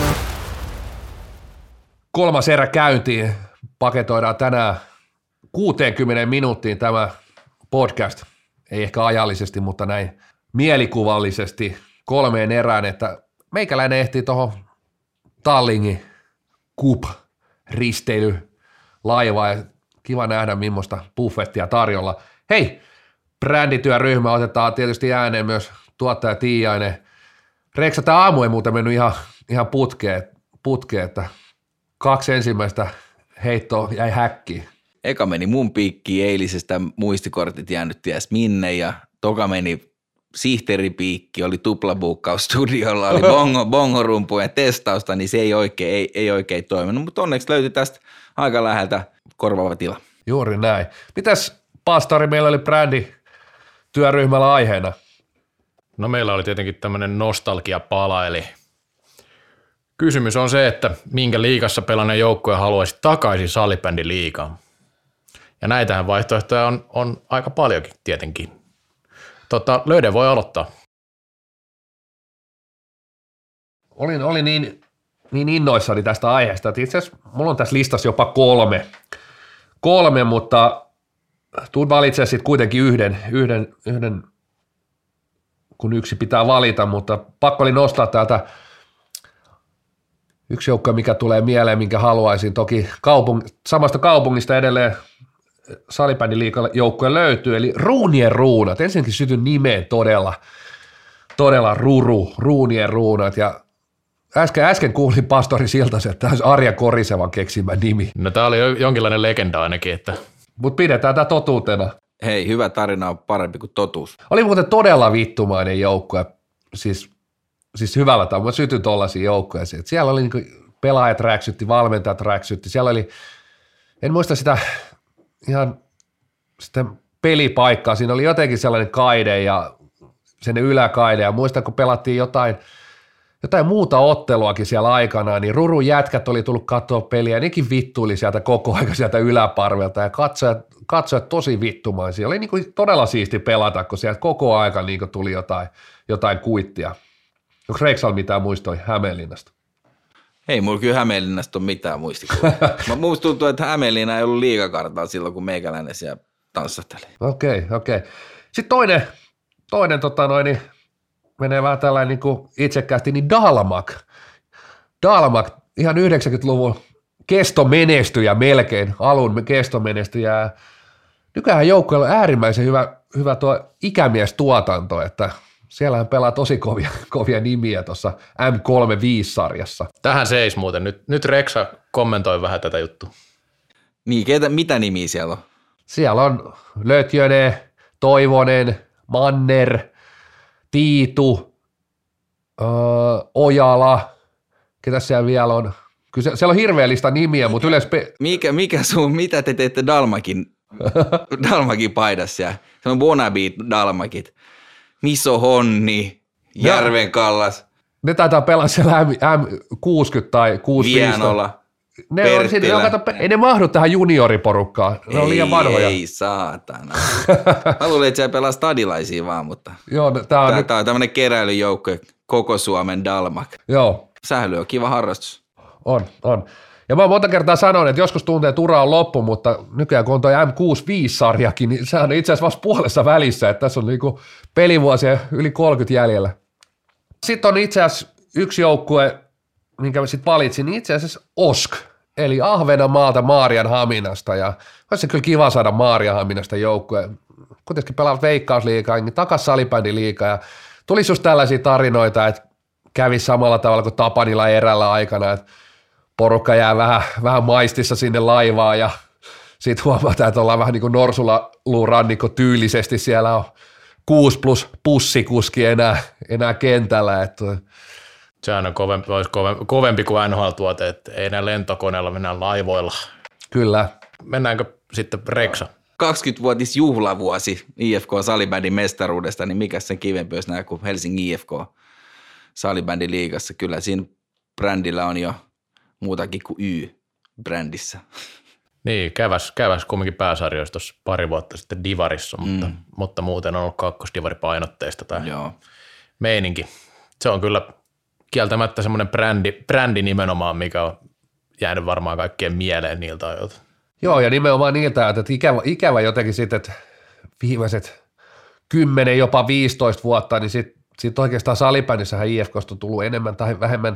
Kolmas erä käyntiin. Paketoidaan tänään kuuteenkymmeneen minuuttiin tämä podcast. Ei ehkä ajallisesti, mutta näin mielikuvallisesti kolmeen erään, että meikäläinen ehtii tuohon Tallingin Cup-risteily laivaa ja kiva nähdä millaista buffettia tarjolla. Hei, brändityöryhmä otetaan tietysti ääneen myös tuottaja Tiiainen. Reksa, tämä aamu ei muuten mennyt ihan, ihan putkeen, putkeen, että kaksi ensimmäistä heittoa jäi häkkiin. Eka meni mun piikkiin eilisestä, muistikortit jäänyt ties minne, ja toka meni sihteeripiikki, oli tuplabuukkaus studiolla, oli bongo, bongorumpujen testausta, niin se ei oikein, ei, ei oikein toiminut, mutta onneksi löytyi tästä aika läheltä korvaava tila. Juuri näin. Mitäs, pastori, meillä oli brändi työryhmällä aiheena? No meillä oli tietenkin tämmöinen nostalgiapala, eli kysymys on se, että minkä liigassa pelanneen joukkue haluaisi takaisin salibändin liigaan. Ja näitähän vaihtoehtoja on, on aika paljonkin tietenkin. Tota, Löyden voi aloittaa. Olin, olin niin, niin innoissani tästä aiheesta, että itse asiassa mulla on tässä listassa jopa kolme, kolme mutta tuun valitsemaan sitten kuitenkin yhden, yhden, yhden, kun yksi pitää valita, mutta pakko oli nostaa täältä yksi joukko, mikä tulee mieleen, minkä haluaisin. Toki kaupung- samasta kaupungista edelleen salibändin liigajoukkoja löytyy, eli Ruunien ruunat. Ensinnäkin sytyn nimeen todella, todella ruru, Ruunien ruunat, ja äsken, äsken kuulin pastori Siltasen, että tämä olisi Arja Korisevan keksimä nimi. No tämä oli jo jonkinlainen legenda ainakin, että... Mutta pidetään tämä totuutena. Hei, hyvä tarina on parempi kuin totuus. Oli muuten todella vittumainen joukko, siis, siis hyvällä tavalla. Mä sytyin tollaisia joukkoja. Siellä oli niinku pelaajat räksytti, valmentajat räksytti. Siellä oli, en muista sitä ihan sitä pelipaikkaa. Siinä oli jotenkin sellainen kaide ja sen yläkaide. Ja muistan, kun pelattiin jotain, jotain muuta otteluakin siellä aikanaan, niin Rurun jätkät oli tullut katsoa peliä. Nekin vittuili sieltä koko ajan sieltä yläparvelta ja katsojat, katsojat tosi vittumaisia. Oli niinku todella siisti pelata, kun sieltä koko aika niinku tuli jotain, jotain kuittia. Onko Reiksalla mitään muistoi Hämeenlinnasta? Ei mulla kyllä Hämeenlinnasta ole mitään muistikuvaa. Musta tuntuu, että Hämeenlinna ei ollut liigakartalla silloin, kun meikäläinen siellä tanssahteli. Okei, okay, okei. Okay. Sitten toinen, toinen tota noin, niin menee vähän tällainen niin kuin itsekkäästi, niin Dalmak. Dalmak, ihan yhdeksänkymmentäluvun kestomenestyjä melkein, alun kestomenestyjä. Nykyään joukkueella on äärimmäisen hyvä, hyvä tuo ikämiestuotanto, että siellähän pelaa tosi kovia, kovia nimiä tuossa M kolmekymmentäviisi-sarjassa. Tähän seis muuten. Nyt, nyt Reksa kommentoi vähän tätä juttua. Niin, ketä, mitä nimiä siellä on? Siellä on Lötjönen, Toivonen, Manner, Tiitu, öö, Ojala, ketä siellä vielä on? Kyllä siellä on hirveä lista nimiä, mutta yleensä... Pe- mikä, mikä sun, mitä te teette Dalmakin, Dalmakin paidassa? Se on wannabe Dalmakit. Miso Honni, Järvenkallas. Ne taitaa pelaa siellä M kuusikymmentä tai kuusikymmentäviisi. Vienola, ne on, siinä, ne on, kato, ei ne mahdu tähän junioriporukkaan. Ne ei, on liian vanhoja. Ei saatana. Mä luulen, että siellä pelaa stadilaisia vaan, mutta Joo, tää on, tää, nyt... tää on tämmönen keräilyjoukko, koko Suomen Dalmak. Joo. Sähly on kiva harrastus. On, on. Ja mä oon monta kertaa sanonut, että joskus tuntuu, että ura on loppu, mutta nykyään kun on toi M kuusikymmentäviisi-sarjakin, niin sehän on itse asiassa vasta puolessa välissä, että tässä on niinku pelivuosia yli kolmekymmentä jäljellä. Sitten on itse asiassa yksi joukkue, minkä mä sitten valitsin, niin itse asiassa O S K, eli Ahvenanmaalta Maarianhaminasta, ja olisi kyllä kiva saada Maarianhaminasta joukkue. Kuitenkin pelaavat Veikkausliigaa, niin takas salibändiliigaa, ja tulisi just tällaisia tarinoita, että kävisi samalla tavalla kuin Tapanilla erällä aikana, että porukka jää vähän, vähän maistissa sinne laivaan ja sitten huomataan, että ollaan vähän niin kuin Norsulaluurannikko tyylisesti. Siellä on kuusi plus pussikuski enää, enää kentällä. Että sehän on kovempi, olisi kovempi, kovempi kuin N H L-tuote, että ei enää lentokoneella, mennään laivoilla. Kyllä. Mennäänkö sitten Reksa? kaksikymmentävuotis juhlavuosi I F K salibändin mestaruudesta, niin mikä sen kivempi olisi näin kuin Helsingin I F K salibändin liigassa. Kyllä siinä brändillä on jo muutakin kuin Y-brändissä. Niin, käväs, käväs kumminkin pääsarjoissa tuossa pari vuotta sitten Divarissa, mutta, Mm. mutta muuten on ollut kakkosdivaripainotteista tämä Joo. meininki. Se on kyllä kieltämättä semmoinen brändi, brändi nimenomaan, mikä on jäänyt varmaan kaikkien mieleen niiltä ajoilta. Joo, ja nimenomaan niiltä, että ikävä, ikävä jotenkin sitten, että viimeiset kymmenen, jopa viisitoista vuotta, niin sitten sit oikeastaan salibändissähän I F K:sta on tullut enemmän tai vähemmän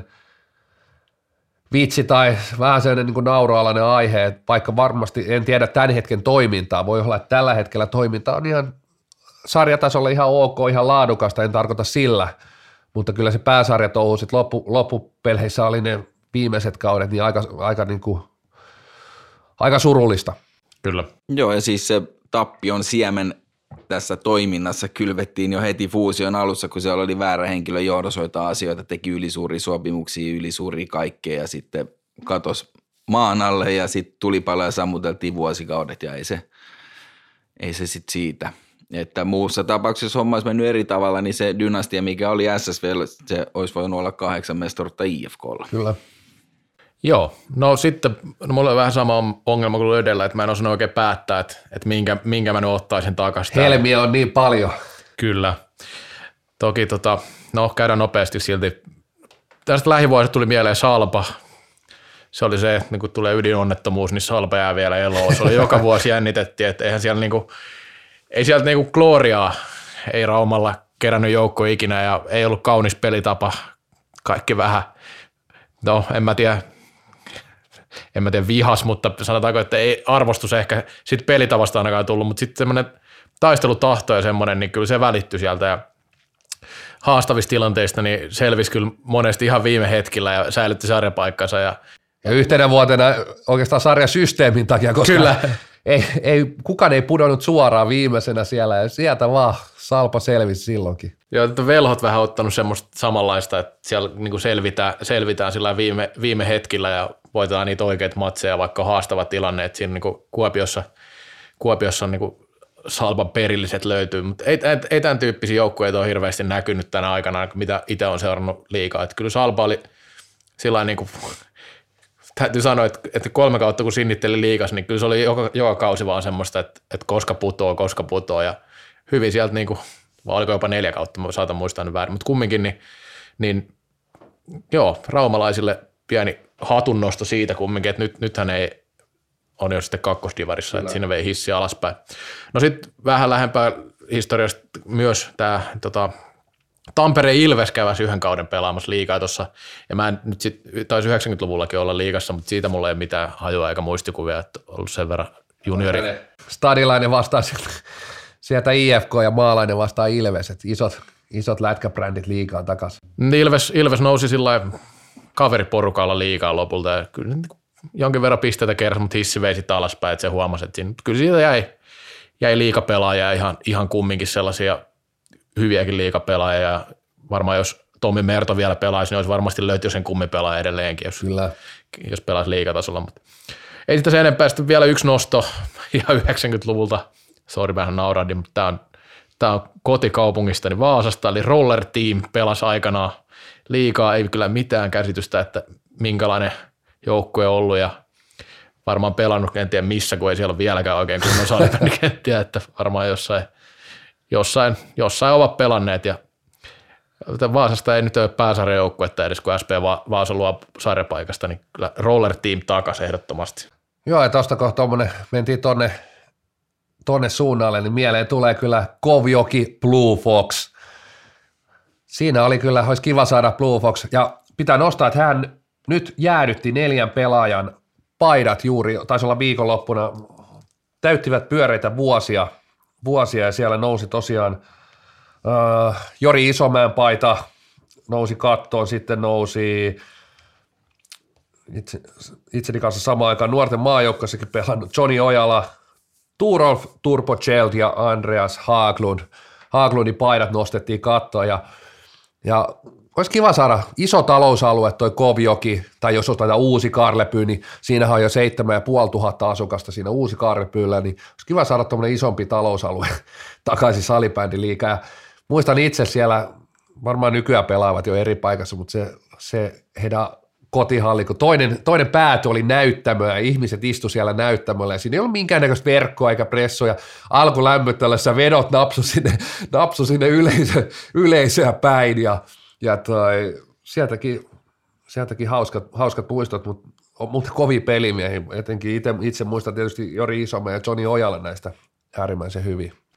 vitsi tai vähän sellainen niin kuin nauroalainen aihe, että vaikka varmasti en tiedä tämän hetken toimintaa, voi olla, että tällä hetkellä toiminta on ihan sarjatasolla ihan ok, ihan laadukasta, en tarkoita sillä, mutta kyllä se pääsarjatouhu sitten loppu, loppupeleissä oli ne viimeiset kaudet, niin aika, aika, niin kuin, aika surullista. Kyllä. Joo, ja siis se tappion siemen tässä toiminnassa kylvettiin jo heti fuusion alussa, kun siellä oli väärä henkilö johdosoita asioita, teki ylisuuria sopimuksia, ylisuuria kaikkea ja sitten katosi maan alle ja sitten tuli paljon ja sammuteltiin vuosikaudet ja ei se, ei se sitten siitä. Että muussa tapauksessa homma olisi mennyt eri tavalla, niin se dynastia, mikä oli S S V, se olisi voinut olla kahdeksan mestaruutta I F K:lla. Kyllä. Joo, no sitten no mulla on vähän sama ongelma kuin edellä, että mä en osannut oikein päättää, että, että minkä, minkä mä nyt ottaisin takaisin. Helmiä on niin paljon. Kyllä. Toki tota, no käydään nopeasti silti. Tästä lähivuosista tuli mieleen Salpa. Se oli se, että niin kun tulee ydinonnettomuus, niin Salpa jää vielä eloon. Se oli joka vuosi jännitettiin, että eihän siellä niinku, ei sieltä niinku gloriaa, ei Raumalla kerännyt joukko ikinä ja ei ollut kaunis pelitapa. Kaikki vähän, no en mä tiedä, en mä tiedä vihas, mutta sanotaanko, että ei arvostus ehkä sit pelitavasta ainakaan tullut, mutta sitten semmoinen taistelutahto ja semmoinen, niin kyllä se välittyi sieltä ja haastavista tilanteista, niin selvisi kyllä monesti ihan viime hetkillä ja säilytti sarjapaikkansa. Ja, ja yhtenä vuotena oikeastaan sarjasysteemin takia, koska kyllä. Ei, ei, kukaan ei pudonnut suoraan viimeisenä siellä ja sieltä vaan Salpa selvisi silloinkin. Joo, että velhot vähän ottanut semmoista samanlaista, että siellä niin kuin selvitään, selvitään sillä viime, viime hetkillä ja voitetaan niitä oikeita matseja, vaikka on haastava tilanne, että siinä niin kuin Kuopiossa, Kuopiossa on niin kuin Salpan perilliset löytyy, mutta ei, ei, ei tämän tyyppisiä joukkueita ole hirveästi näkynyt tänä aikana, mitä itse on seurannut liikaa. Että kyllä Salpa oli sillä niin kuin, täytyy sanoa, että, että kolme kautta kun sinnitteli liigas, niin kyllä se oli joka, joka kausi vaan semmoista, että, että koska putoo, koska putoo ja hyvin sieltä niin kuin, vai oliko jopa neljä kautta, mä saatan muistaa nyt väärin, mutta kumminkin, niin, niin joo, raumalaisille pieni hatunnosto siitä kumminkin, että nyt, nythän ei on jo sitten kakkosdivarissa, kyllä. Että siinä vei hissi alaspäin. No sitten vähän lähempää historiasta myös tämä tota, Tampereen Ilves käväsi yhden kauden pelaamassa liigaa tuossa, ja mä en nyt sitten, taisi yhdeksänkymmentäluvullakin olla liigassa, mutta siitä mulla ei ole mitään hajua eikä muistikuvia, että ollut sen verran juniori. Stadilainen vastaa sieltä I F K ja maalainen vastaa Ilves, että isot, isot lätkäbrändit liigaan takaisin. Ilves, Ilves nousi sillä kaveriporukalla liigaan lopulta, ja kyllä jonkin verran pisteitä kerran, mutta hissi vei sitten alaspäin, että se huomasi, että siinä, kyllä siitä jäi, jäi liigapelaajia ihan, ihan kumminkin sellaisia hyviäkin liigapelaajia, ja varmaan jos Tommi Merto vielä pelaisi, niin olisi varmasti löytynyt sen kummipelaaja edelleenkin, jos, kyllä. jos pelaisi liigatasolla, mutta ei sitä sen enempää. Sitten vielä yksi nosto ihan yhdeksänkymmentäluvulta, sori vähän naurahdin, mutta tämä on, tämä on kotikaupungistani Vaasasta, eli Roller Team pelasi aikanaan liigaa, ei kyllä mitään käsitystä, että minkälainen joukkue ollut ja varmaan pelannut, en tiedä missä, kun ei siellä ole vieläkään oikein kunnon salibändikenttiä, että varmaan jossain, jossain, jossain ovat pelanneet ja Vaasasta ei nyt ole pääsarjajoukkuetta edes, kun S P Vaasa luo sarjapaikasta, niin kyllä Roller Team takaisin ehdottomasti. Joo, ja tuosta kun mentiin tonne, tonne suunnalle, niin mieleen tulee kyllä Kovjoki Blue Fox. Siinä oli kyllä, olisi kiva saada Blue Fox, ja pitää nostaa, että hän nyt jäädytti neljän pelaajan paidat juuri, taisi olla viikonloppuna, täyttivät pyöreitä vuosia, vuosia ja siellä nousi tosiaan uh, Jori Isomäen paita, nousi kattoon, sitten nousi itse, itseni kanssa samaan aikaan nuorten maajoukkoissakin pelannut Johnny Ojala, Turolf Turbocheld ja Andreas Haglund. Haglundin paidat nostettiin kattoon ja, ja olisi kiva saada iso talousalue toi Kovjoki, tai jos otetaan Uusi Karlepyy, niin siinähän on jo seitsemän ja puoli tuhatta asukasta siinä Uusi Karlepyyllä, niin olisi kiva saada tuommoinen isompi talousalue takaisin salibändiliigaan. Muistan itse siellä, varmaan nykyään pelaavat jo eri paikassa, mutta se, se heidän kotihalli, kun toinen, toinen pääty oli näyttämö ja ihmiset istu siellä näyttämöllä ja siinä ei ollut minkäännäköistä verkkoa eikä pressoja. Alkulämmöttelessä vedot napsu sinne, napsu sinne yleisö, yleisöä päin ja Ja toi, sieltäkin, sieltäkin hauskat, hauskat muistot, mutta, mutta kovia pelimiehiä. Etenkin itse, itse muistan tietysti Jori Isomäen ja Johnny Ojala näistä äärimmäisen hyvin.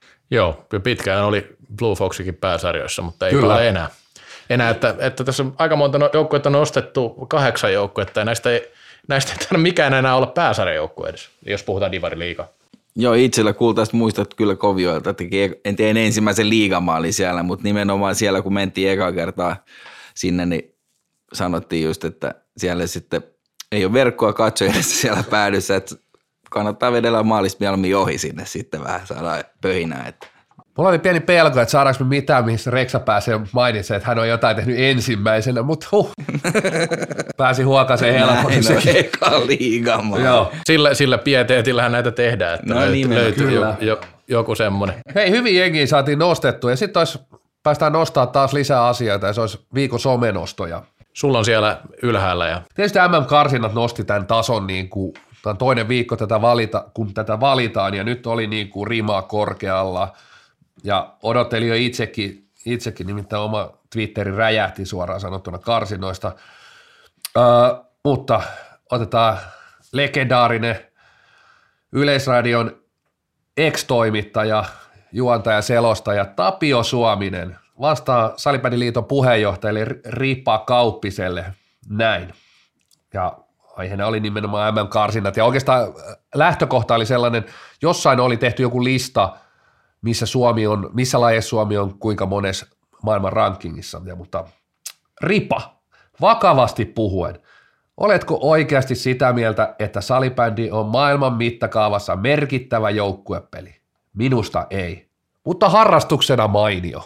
Joo, pitkään oli Blue Foxikin pääsarjoissa, mutta ei Kyllä. ole enää. Enää, että, että tässä on aika monta joukkuetta nostettu, kahdeksan joukkuetta, ja näistä ei, näistä ei tarvitse mikään enää olla pääsarjajoukkue edes, jos puhutaan Divari-liigaa. Joo, itsellä kultaista muistat kyllä Kovioilta, teki, en tein ensimmäisen liigamaalin siellä, mutta nimenomaan siellä, kun mentiin eka kertaa sinne, niin sanottiin just, että siellä sitten ei ole verkkoa katsojille siellä päädyssä, että kannattaa vedellä maalista mieluummin ohi sinne sitten vähän, saadaan pöhinää. Että. Mulla oli pieni pelko, että saadaanko me mitään, missä Reksa pääsee mainitsemaan, että hän on jotain tehnyt ensimmäisenä, mutta huh, pääsi huokaseen helposti. Näin on eka liigamaa. Joo. Sillä, sillä pieteetillähän näitä tehdään, että No, löytyy, löytyy jo, kyllä. jo, joku semmoinen. Hei, hyvin jengiä saatiin nostettua ja sitten päästään nostaa taas lisää asioita ja se olisi viikon somenostoja. Sulla on siellä ylhäällä ja Tietysti M M-karsinnat nosti tämän tason, niin kuin, tämä on toinen viikko tätä valita, kun tätä valitaan ja nyt oli niin kuin rimaa korkealla ja odottelin jo itsekin, itsekin nimittäin oma Twitteri räjähti suoraan sanottuna karsinnoista, öö, mutta otetaan legendaarinen Yleisradion ex-toimittaja, juontaja, selostaja Tapio Suominen vastaa Salibändiliiton puheenjohtajalle Riippa Kauppiselle näin. Ja aiheena oli nimenomaan M M-karsinnat ja oikeastaan lähtökohta oli sellainen, jossain oli tehty joku lista, missä Suomi on, missä lajeissa Suomi on kuinka monessa maailman rankingissa, ja, mutta Ripa, vakavasti puhuen, oletko oikeasti sitä mieltä, että salibändi on maailman mittakaavassa merkittävä joukkuepeli? Minusta ei, mutta harrastuksena mainio.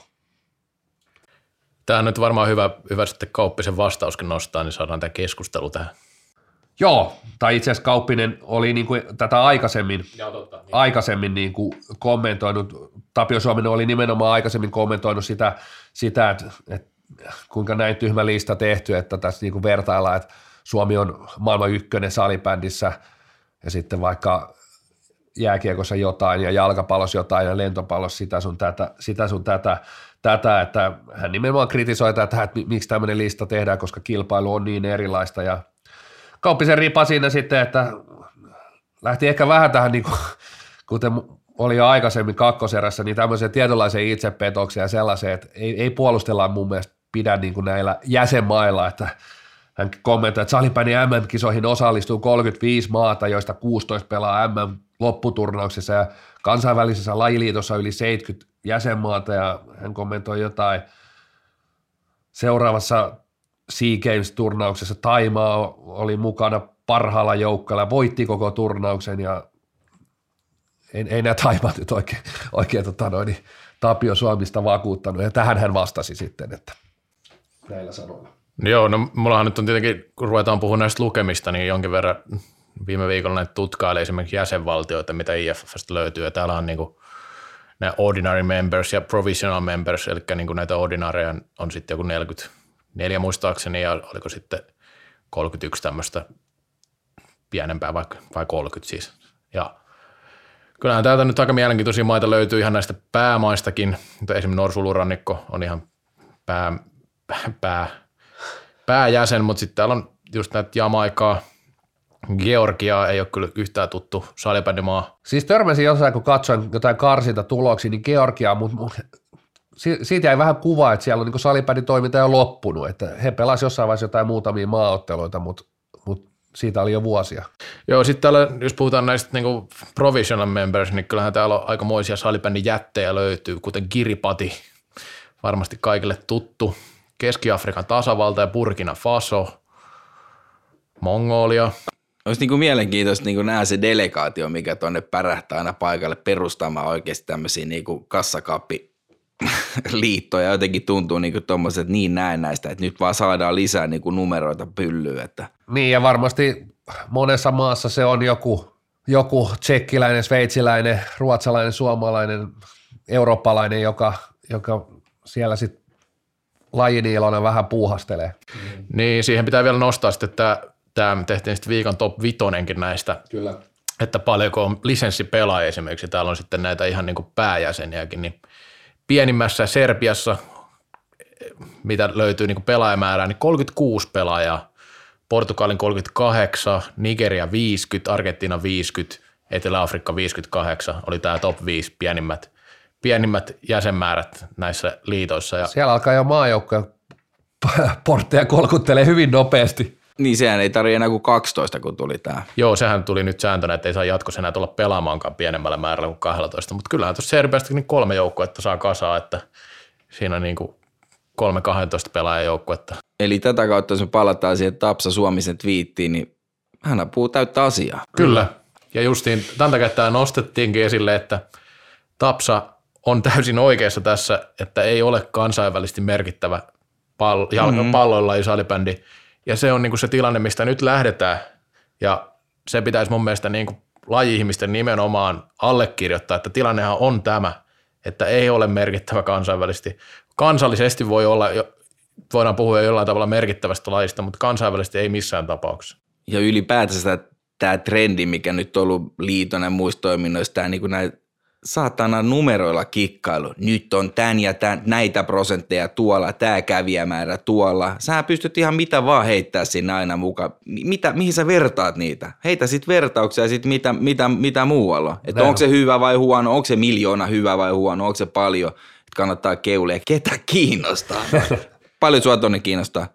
tämä on nyt varmaan hyvä, hyvä sitten Kauppisen vastauskin nostaa, niin saadaan tämä keskustelu tähän. Joo, tai itse asiassa Kauppinen oli niin kuin tätä aikaisemmin, Joo, totta, niin. aikaisemmin niin kuin kommentoinut, Tapio Suominen oli nimenomaan aikaisemmin kommentoinut sitä, sitä että, että kuinka näin tyhmä lista tehty, että tässä niin kuin vertaillaan, että Suomi on maailman ykkönen salibändissä ja sitten vaikka jääkiekossa jotain ja jalkapallossa jotain ja lentopallossa sitä sun tätä, sitä sun tätä, tätä, että hän nimenomaan kritisoi tätä, että miksi tämmöinen lista tehdään, koska kilpailu on niin erilaista ja Kauppisen Ripa siinä sitten, että lähti ehkä vähän tähän, niin kuin, kuten oli jo aikaisemmin kakkoserässä, niin tämmöiseen tietynlaiseen itsepetokseen ja sellaiseen, että ei, ei puolustella mun mielestä pidä niin kuin näillä jäsenmailla, että hän kommentoi, että salibändin M M-kisoihin osallistuu kolmekymmentäviisi maata, joista kuusitoista pelaa M M-lopputurnauksessa ja kansainvälisessä lajiliitossa yli seitsemänkymmentä jäsenmaata ja hän kommentoi jotain seuraavassa SEA Games-turnauksessa Taimaa oli mukana parhaalla joukkueella ja voitti koko turnauksen ja ei, ei nämä Taimaat nyt oikein, oikein tota noin, niin Tapio Suomista vakuuttanut ja tähän hän vastasi sitten, että näillä sanoilla. Joo, no mullahan nyt on tietenkin, kun ruvetaan puhumaan näistä lukemista, niin jonkin verran viime viikolla näitä tutkailee esimerkiksi jäsenvaltioita, mitä I F F:stä löytyy, ja täällä on niin kuin nämä ordinary members ja provisional members, eli niin kuin näitä ordinareja on sitten joku neljäkymmentäneljä muistaakseni, ja oliko sitten kolmekymmentäyksi tämmöistä pienempää, vai, vai kolmekymmentä siis. Ja kyllähän täältä nyt aika mielenkiintoisia maita löytyy ihan näistä päämaistakin, mutta esimerkiksi Norsulurannikko on ihan pää, pää, pääjäsen, mutta sitten täällä on just näitä Jamaikaa, Georgiaa ei ole kyllä yhtään tuttu salibändimaa. Siis törmäsin jossain, kun katsoin jotain karsintatuloksia, niin Georgiaa, mutta mut, siitä jäi vähän kuva, että siellä on niin salibänditoiminta jo loppunut, että he pelasivat jossain vaiheessa jotain muutamia maaotteluita, mutta mut siitä oli jo vuosia. Joo, sitten täällä, jos puhutaan näistä niin provisional members, niin kyllähän täällä on aikamoisia salibändin jättejä löytyy, kuten Kiribati, varmasti kaikille tuttu, Keski-Afrikan tasavalta ja Burkina Faso, Mongolia. Olisi niin kuin mielenkiintoista niin kuin nähdä se delegaatio, mikä tuonne pärähtää aina paikalle perustamaan oikeasti tämmöisiä niin kuin kassakaappiliittoja. Jotenkin tuntuu niin kuin tommoset niin näennäistä, että nyt vaan saadaan lisää niin kuin numeroita pyllyyn. Että. Niin ja varmasti monessa maassa se on joku, joku tsekkiläinen, sveitsiläinen, ruotsalainen, suomalainen, eurooppalainen, joka, joka siellä sitten lajiniilona vähän puuhastelee. Niin, siihen pitää vielä nostaa sitten, että tämä tehtiin sitten viikon top vitonenkin näistä, Kyllä. että paljonko on lisenssipelaajia esimerkiksi, täällä on sitten näitä ihan niin kuin pääjäseniäkin, niin pienimmässä Serbiassa, mitä löytyy niin kuin pelaajamäärää, niin kolmekymmentäkuusi pelaajaa, Portugalin kolmekymmentäkahdeksan, Nigeria viisikymmentä, Argentiina viisikymmentä, Etelä-Afrikka viisikymmentäkahdeksan, oli tämä top viisi pienimmät pienimmät jäsenmäärät näissä liitoissa. Ja siellä alkaa jo maajoukkoja portteja kolkuttelee hyvin nopeasti. Niin sehän ei tarvitse enää kuin kaksitoista, kun tuli tämä. Joo, sehän tuli nyt sääntönä, että ei saa jatkossa enää tulla pelaamaankaan pienemmällä määrällä kuin kaksitoista, mutta kyllähän tuossa Serbiasta niin kolme joukkuetta saa kasaa, että siinä on niin kuin kolme kaksitoista pelaajan joukkuetta. Eli tätä kautta, jos me palataan siihen Tapsa Suomisen twiittiin, niin hän puhuu täyttä asiaa. Kyllä, ja justiin tämän takia tämä nostettiinkin esille, että Tapsa on täysin oikeassa tässä, että ei ole kansainvälisesti merkittävä pall- jalkapalloilla mm-hmm. salibändi. Ja se on niinku se tilanne, mistä nyt lähdetään. Ja se pitäisi mun mielestä niinku laji-ihmisten nimenomaan allekirjoittaa, että tilannehan on tämä, että ei ole merkittävä kansainvälisesti. Kansallisesti voi olla, voidaan puhua jollain tavalla merkittävästä lajista, mutta kansainvälisesti ei missään tapauksessa. Ja ylipäätänsä tämä trendi, mikä nyt on ollut liiton ja muissa toiminnoissa, tämä niinku näitä saatana numeroilla kikkailu. Nyt on tän ja tän, näitä prosentteja tuolla, tämä kävijämäärä tuolla. Sä pystyt ihan mitä vaan heittää sinne aina mukaan. Mitä, mihin sä vertaat niitä? Heitä sit vertauksia sit mitä, mitä, mitä muualla. Että onko se hyvä vai huono, onko se miljoona hyvä vai huono, onko se paljon. Että kannattaa keulia. Ketä kiinnostaa? Paljon sua tonne kiinnostaa?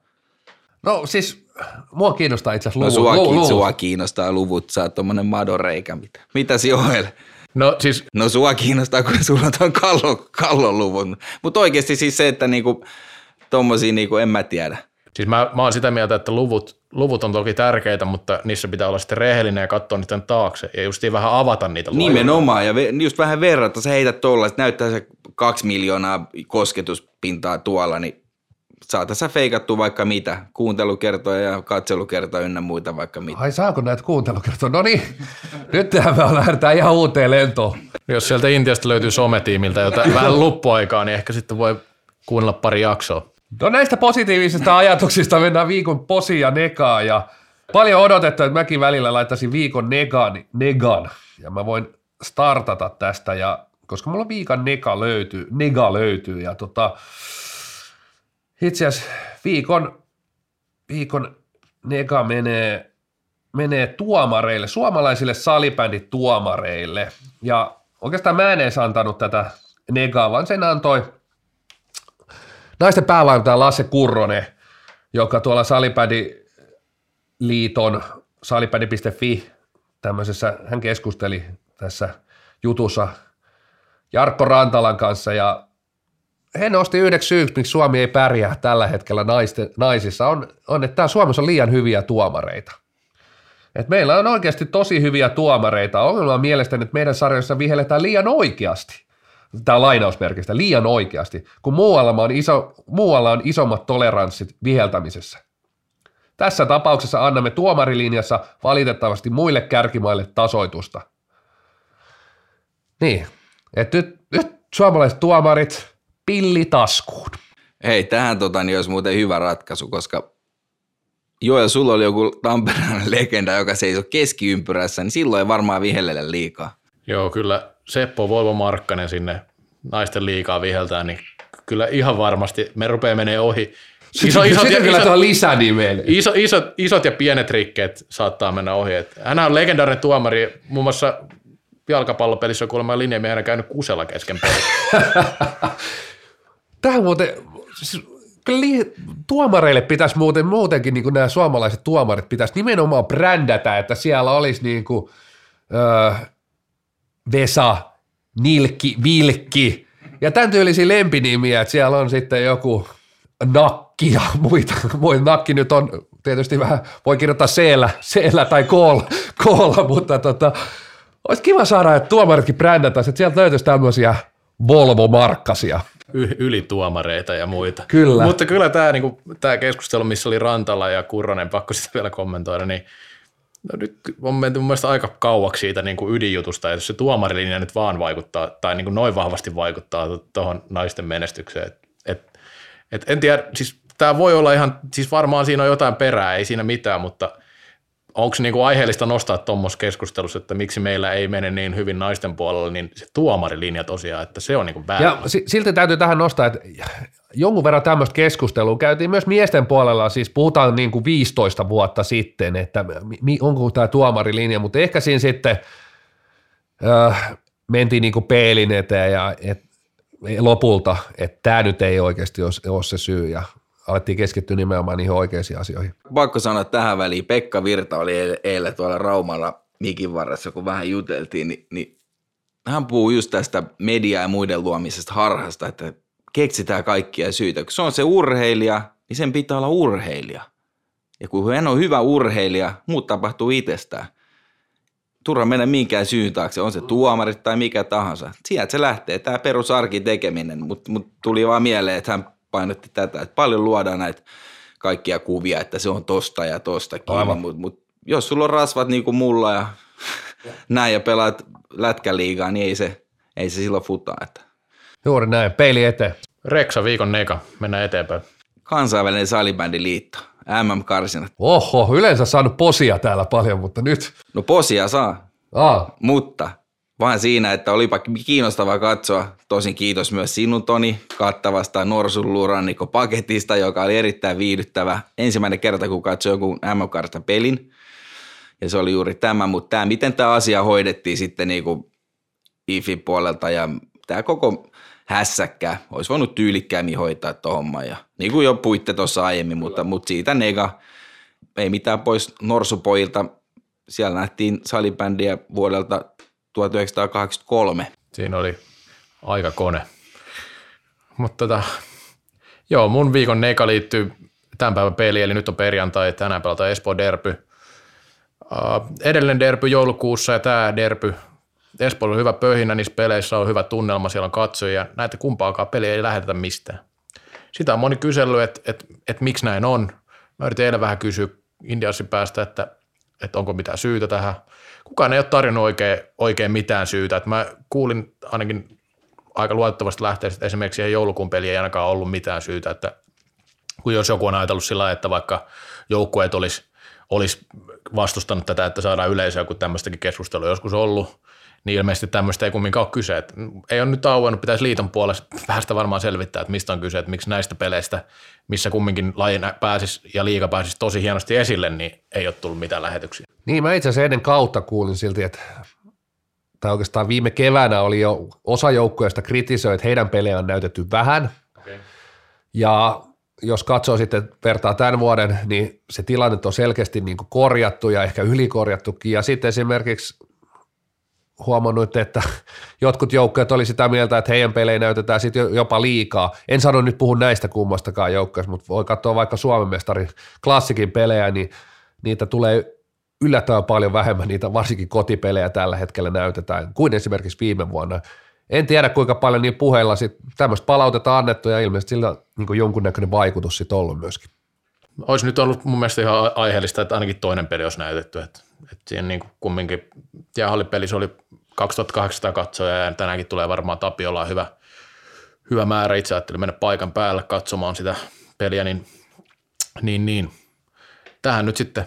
No siis mua kiinnostaa itse asiassa luvut. No sua, luvut. sua kiinnostaa luvut, sä oot tommonen madoreikä. Mitä? Mitäs Joel? No siis... No sua kiinnostaa, kun sulla on tuon kallon, kallon luvun. Mutta oikeasti siis se, että niinku, tommosia niinku en mä tiedä. Siis mä, mä oon sitä mieltä, että luvut, luvut on toki tärkeitä, mutta niissä pitää olla sitten rehellinen ja katsoa niiden taakse. Ja justiin vähän avata niitä luvuja. Nimenomaan, ja just vähän verrata. Sä heität tuolla, että näyttää se kaksi miljoonaa kosketuspintaa tuolla, niin saata sä feikattua vaikka mitä. Kuuntelukertoja ja katselukertoja ynnä muita vaikka mitä. Ai saako näitä kuuntelukertoja? No niin, nyt me lähdetään ihan uuteen lentoon. Jos sieltä Intiasta löytyy sometiimiltä jotain vähän luppuaikaa, niin ehkä sitten voi kuunnella pari jaksoa. No näistä positiivisista ajatuksista mennään viikon posi ja negaan. Ja paljon odotettu, että mäkin välillä laittaisin viikon negan, negan. Ja mä voin startata tästä, ja, koska mulla viikon nega löytyy, nega löytyy. Ja tota... Itse asiassa viikon, viikon nega menee, menee tuomareille, suomalaisille salibändituomareille. Ja oikeastaan mä en edes antanut tätä negaa, vaan sen antoi naisten päävalmentaja Lasse Kurronen, joka tuolla Salibändiliiton salibändi piste fi tämmöisessä, hän keskusteli tässä jutussa Jarkko Rantalan kanssa, ja he nosti yhdeksi syyksi, miksi Suomi ei pärjää tällä hetkellä naisten, naisissa, on, on, että Suomessa on liian hyviä tuomareita. Et meillä on oikeasti tosi hyviä tuomareita. Ongelma on mielestäni, että meidän sarjoissa vihelletään liian oikeasti. Tämä on lainausmerkistä, liian oikeasti, kun muualla on, iso, muualla on isommat toleranssit viheltämisessä. Tässä tapauksessa annamme tuomarilinjassa valitettavasti muille kärkimaille tasoitusta. Niin, että nyt, nyt suomalaiset tuomarit... pilli taskuun. Hei, tähän tota, niin olisi muuten hyvä ratkaisu, koska Joel, sulla oli joku tamperelainen legenda, joka seisoi keskiympyrässä, niin silloin ei varmaan vihellellä liikaa. Joo, kyllä Seppo Volvo Markkanen sinne naisten liikaa viheltää, niin kyllä ihan varmasti me rupeaa menee ohi. Iso, isot, Sitten kyllä tuo lisänimeen. Iso, isot, isot ja pienet rikkeet saattaa mennä ohi. Hän on legendaarinen tuomari, muun muassa jalkapallopelissä on kuulemma linjamiehenä käynyt kusella kesken peliä. Tähän muuten, siis, kyllä tuomareille pitäisi muuten, muutenkin niin kuin nämä suomalaiset tuomarit pitäisi nimenomaan brändätä, että siellä olisi niin kuin, öö, Vesa, Nilkki, Vilkki ja tämän tyylisiä lempinimiä, että siellä on sitten joku Nakki ja muita. Nakki nyt on tietysti vähän, voi kirjoittaa C-llä, C-llä tai K-lla, K-lla mutta tota, olisi kiva saada, että tuomaritkin brändätäisiin, että sieltä löytyisi tämmöisiä Volvo-markkasia. Y- ylituomareita ja muita. Kyllä. Mutta kyllä tämä, niin kuin, tämä keskustelu, missä oli Rantala ja Kurronen, pakko sitä vielä kommentoida, niin no nyt on menty mun mielestä aika kauaksi siitä niin kuin ydinjutusta, että jos se tuomarilinja nyt vaan vaikuttaa, tai niin kuin noin vahvasti vaikuttaa tuohon naisten menestykseen. Et, et, et en tiedä, siis tämä voi olla ihan, siis varmaan siinä on jotain perää, ei siinä mitään, mutta onko se niinku aiheellista nostaa tuommoisessa keskustelussa, että miksi meillä ei mene niin hyvin naisten puolella, niin se tuomarilinja tosiaan, että se on niinku väärin. Ja silti täytyy tähän nostaa, että jonkun verran tämmöistä keskustelua käytiin myös miesten puolella, siis puhutaan niinku viisitoista vuotta sitten, että onko tämä tuomarilinja, mutta ehkä siinä sitten äh, mentiin niinku peilin eteen ja et, lopulta, että tämä nyt ei oikeasti ole, ole se syy ja alettiin keskittyä nimenomaan niihin oikeisiin asioihin. Pakko sanoa tähän väliin, Pekka Virta oli eilen tuolla Raumalla mikin varressa, kun vähän juteltiin, niin, niin hän puhuu just tästä media- ja muiden luomisesta harhasta, että keksitään kaikkia syitä. Kun se on se urheilija, niin sen pitää olla urheilija. Ja kun hän on hyvä urheilija, muut tapahtuu itsestään. Turha mennä minkään syyn taakse, on se tuomarit tai mikä tahansa. Sieltä se lähtee, tämä perusarki tekeminen, mutta mut tuli vaan mieleen, että hän painotti tätä, että paljon luodaan näitä kaikkia kuvia, että se on tosta ja tosta kiinni, mutta mut, jos sulla on rasvat niin kuin mulla ja näin ja pelaat lätkäliigaa, niin ei se, ei se silloin futaa. Että. Juuri näin, peili eteen. Reksa viikon neka, mennään eteenpäin. Kansainvälinen salibändiliitto, M M-karsinat. Oho, yleensä saanut posia täällä paljon, mutta nyt. No posia saa, Aa. mutta vaan siinä, että olipa kiinnostavaa katsoa. Tosin kiitos myös sinun, Toni, kattavasta Norsunluurannikko-paketista, joka oli erittäin viihdyttävä. Ensimmäinen kerta, kun katsoin jonkun M M-kartan pelin, ja se oli juuri tämä, mutta tämä, miten tämä asia hoidettiin sitten niin kuin I F In puolelta, ja tämä koko hässäkkä olisi voinut tyylikkäämmin hoitaa tuon homman, ja niin kuin jo puitte tuossa aiemmin, mutta, mutta siitä nega, ei mitään pois Norsupojilta, siellä nähtiin salibändiä vuodelta tuhatyhdeksänsataakahdeksankymmentäkolme. Siinä oli aika kone. Mutta tota, joo, mun viikon neka liittyy tämän päivän peliin, eli nyt on perjantai, tänään pelataan Espoo derby. Uh, edellinen derby joulukuussa ja tämä derby. Espoolla on hyvä pöhinä, niissä peleissä on hyvä tunnelma, siellä on katsojia. Näitä kumpaakaan peliä ei lähetetä mistään. Sitä on moni kysellyt, että et, et miksi näin on. Mä yritin eilen vähän kysyä Indiassin päästä, että että onko mitään syytä tähän. Kukaan ei ole tarjonnut oikein, oikein mitään syytä. Että mä kuulin ainakin aika luotettavasti lähteä, että esimerkiksi siihen joulukuun peliin ei ainakaan ollut mitään syytä. Että kun jos joku on ajatellut sillä lailla, että vaikka joukkueet olisi, olisi vastustanut tätä, että saadaan yleisöä, kun tämmöistäkin keskustelua joskus ollut, niin ilmeisesti tämmöistä ei kumminkaan ole kyse. Että ei ole nyt auennut, pitäisi liiton puolesta päästä varmaan selvittää, että mistä on kyse, että miksi näistä peleistä, missä kumminkin laji pääsisi ja liiga pääsisi tosi hienosti esille, niin ei ole tullut mitään lähetyksiä. Niin, mä itse asiassa ennen kautta kuulin silti, että tai oikeastaan viime keväänä oli jo osa joukkueesta kritisoi, että heidän pelejä on näytetty vähän. Okay. Ja jos katsoo sitten vertaa tämän vuoden, niin se tilanne on selkeästi niin kuin korjattu ja ehkä ylikorjattukin. Ja sitten esimerkiksi huomannut, että jotkut joukkueet oli sitä mieltä, että heidän pelejä näytetään sitten jopa liikaa. En sano nyt puhun näistä kummastakaan joukkueista, mutta voi katsoa vaikka Suomen mestari klassikin pelejä, niin niitä tulee yllättävän paljon vähemmän, niitä varsinkin kotipelejä tällä hetkellä näytetään kuin esimerkiksi viime vuonna. En tiedä, kuinka paljon niin puheilla sitten tämmöistä palautetta annettu ja ilmeisesti sillä niin kuin jonkunnäköinen vaikutus sitten ollut myöskin. Olisi nyt ollut mun mielestä ihan aiheellista, että ainakin toinen peli olisi näytetty. Että, että siihen niin kuin kumminkin jäähallipelissä oli kaksituhattakahdeksansataa katsoja ja tänäänkin tulee varmaan Tapiolaan hyvä, hyvä määrä. Itse ajattelin mennä paikan päälle katsomaan sitä peliä, niin, niin, niin. Tähän nyt sitten,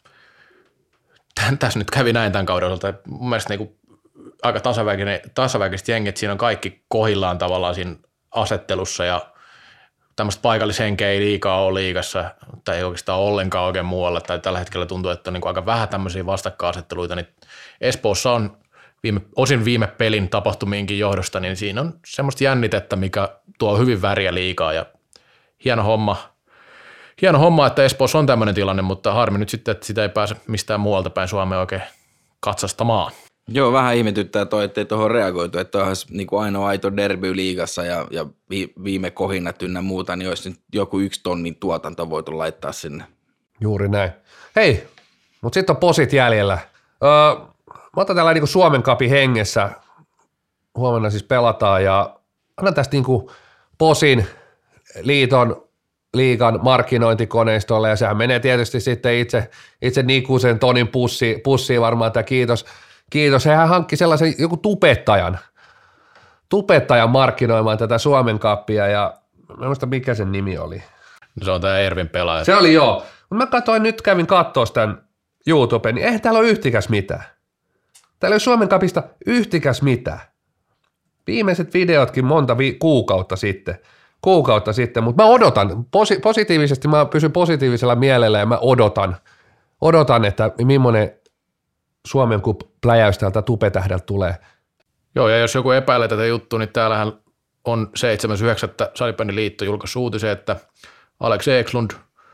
tämän, tässä nyt kävi näin tämän kauden osalta. Mun mielestä niin kuin aika tasaväkiset jengit, siinä on kaikki kohillaan tavallaan siinä asettelussa ja tämmöistä paikallishenkeä ei liikaa ole liigassa tai ei oikeastaan ollenkaan oikein muualla tai tällä hetkellä tuntuu, että on niin kuin aika vähän tämmöisiä vastakkainasetteluita, niin Espoossa on viime, osin viime pelin tapahtumiinkin johdosta, niin siinä on semmoista jännitettä, mikä tuo hyvin väriä liikaa ja hieno homma, hieno homma, että Espoossa on tämmöinen tilanne, mutta harmi nyt sitten, että sitä ei pääse mistään muualta päin Suomea oikein katsastamaan. Joo, vähän ihmetyttää toi, ettei tuohon reagoitu, että olisi niin kuin ainoa aito derby liigassa ja, ja viime kohinat ynnä muuta, niin olisi nyt joku yksi tonnin tuotanto voitu laittaa sinne. Juuri näin. Hei, mutta sitten on posit jäljellä. Öö, mä otan tällä niin kuin Suomen Cupin hengessä. Huomenna siis pelataan ja annan tästä niin kuin posin liiton liigan markkinointikoneistolle ja sehän menee tietysti sitten itse, itse Nikusen Tonin pussi, pussiin varmaan tämä kiitos. Kiitos. Hehän hankki sellaisen joku tubettajan, tubettajan markkinoimaan tätä Suomen Cupia ja mä muista mikä sen nimi oli. Se on tämä Ervin pelaaja. Se oli joo. Mutta mä katsoin nyt, kävin katsoa tämän YouTubeen, niin eihän täällä ole yhtikäs mitään. Täällä ei ole Suomen Cupista yhtikäs mitään. Viimeiset videotkin monta vi- kuukautta sitten. Kuukautta sitten, mutta mä odotan, posi- positiivisesti, mä pysyn positiivisella mielellä ja mä odotan, odotan, että millainen Suomen Cup-pläjäys täältä tupetähdältä tulee. Joo, ja jos joku epäilee tätä juttua, niin täällähän on seitsemäs yhdeksättä Salibändiliitto julkaissut uutisen, että Alex Eklund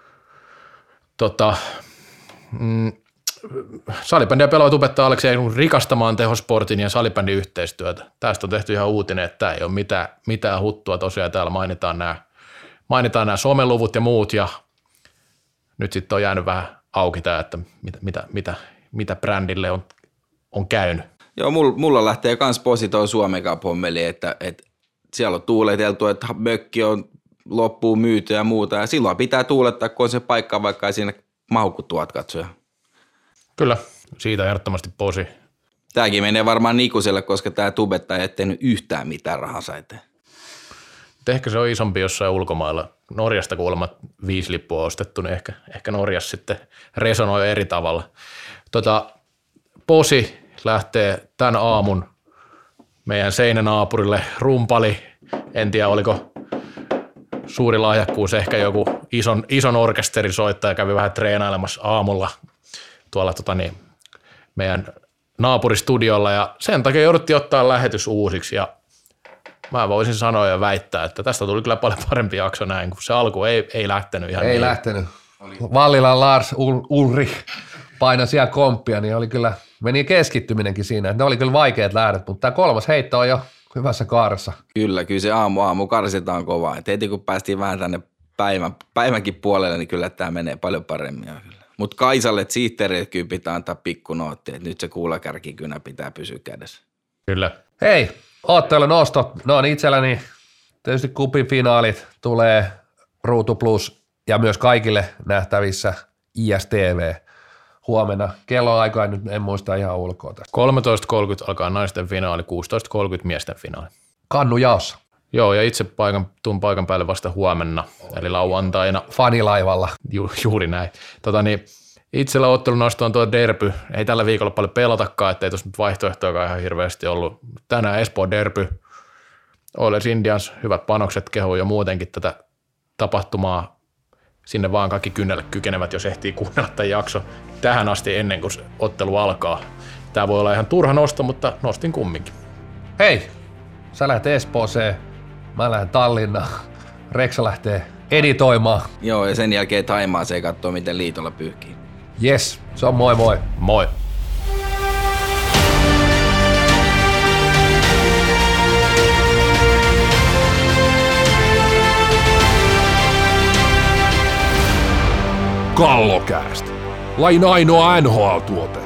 tota, mm, salibändiä pelaavat opettaa Alex Eklund rikastamaan tehosportin ja salibändin yhteistyötä. Tästä on tehty ihan uutinen, että tämä ei ole mitään, mitään huttua. Tosiaan täällä mainitaan nämä, mainitaan nämä someluvut ja muut, ja nyt sitten on jäänyt vähän auki tämä, että mitä, mitä, mitä, mitä brändille on, on käynyt. Joo, mulla, mulla lähtee myös posi tuo Suomen Cup-hommeli, että, että siellä on tuuleteltu, että mökki on loppuun myyty ja muuta, ja silloin pitää tuulettaa, kun on se paikka, vaikka ei siinä mahku tuhat katsoja. Kyllä, siitä ehdottomasti posi. Tämäkin menee varmaan Nikuselle, koska tämä tubettaja ei tehnyt yhtään mitään rahansa eteen. Ehkä se on isompi jossain ulkomailla. Norjasta kuulemma viisi lippua on ostettu, niin ehkä, ehkä Norjassa sitten resonoi eri tavalla. Tota, posi lähtee tämän aamun meidän seinänaapurille rumpali. En tiedä, oliko suuri lahjakkuus, ehkä joku ison, ison orkesterin soittaja kävi vähän treenailemassa aamulla tuolla tota niin, meidän naapuristudiolla, ja sen takia jouduttiin ottaa lähetys uusiksi, ja mä voisin sanoa ja väittää, että tästä tuli kyllä paljon parempi jakso näin, kun se alku ei, ei lähtenyt ihan Ei niin. lähtenyt. Vallilan Lars Ul- Ulrich painoi siellä komppia, niin oli kyllä, meni keskittyminenkin siinä. Ne oli kyllä vaikeat lähdöt, mutta tämä kolmas heitto on jo hyvässä kaaressa. Kyllä, kyllä se aamu aamu karsitaan kovaa. Et heti kun päästiin vähän tänne päivän, päivänkin puolelle, niin kyllä tämä menee paljon paremmin. Mutta Kaisalle sihteerille kyllä pitää antaa pikkunootti, että nyt se kuulakärkikynä pitää pysyä kädessä. Kyllä. Hei, ottelun nostot. No on itselläni tietysti kupin finaalit tulee Ruutu Plus ja myös kaikille nähtävissä I S T V huomenna. Kelloaikaa nyt en muista ihan ulkoa tästä. kolmetoista kolmekymmentä alkaa naisten finaali, kuusitoista kolmekymmentä miesten finaali. Kannu jaossa. Joo, ja itse paikan, tuun paikan päälle vasta huomenna, eli lauantaina. Fanilaivalla. Ju, juuri näin. Tota niin, itsellä ottelunosto on tuo derby. Ei tällä viikolla paljon pelatakaan, ettei tuossa nyt vaihtoehtoakaan ihan hirveästi ollut. Tänään Espoo derby. Oilers Indians, hyvät panokset kehuu jo muutenkin tätä tapahtumaa. Sinne vaan kaikki kynnelle kykenevät, jos ehtii kuunnella tämän jakso tähän asti ennen kuin ottelu alkaa. Tämä voi olla ihan turha nosto, mutta nostin kumminkin. Hei, sä lähdet Espooseen, mä lähden Tallinnaan, Reksa lähtee editoimaan. Joo, ja sen jälkeen Taimaaseen katsoo, miten liitolla pyyhkii. Yes, se on moi moi. Moi. Kallokääst. Lain ainoa N H L-tuote.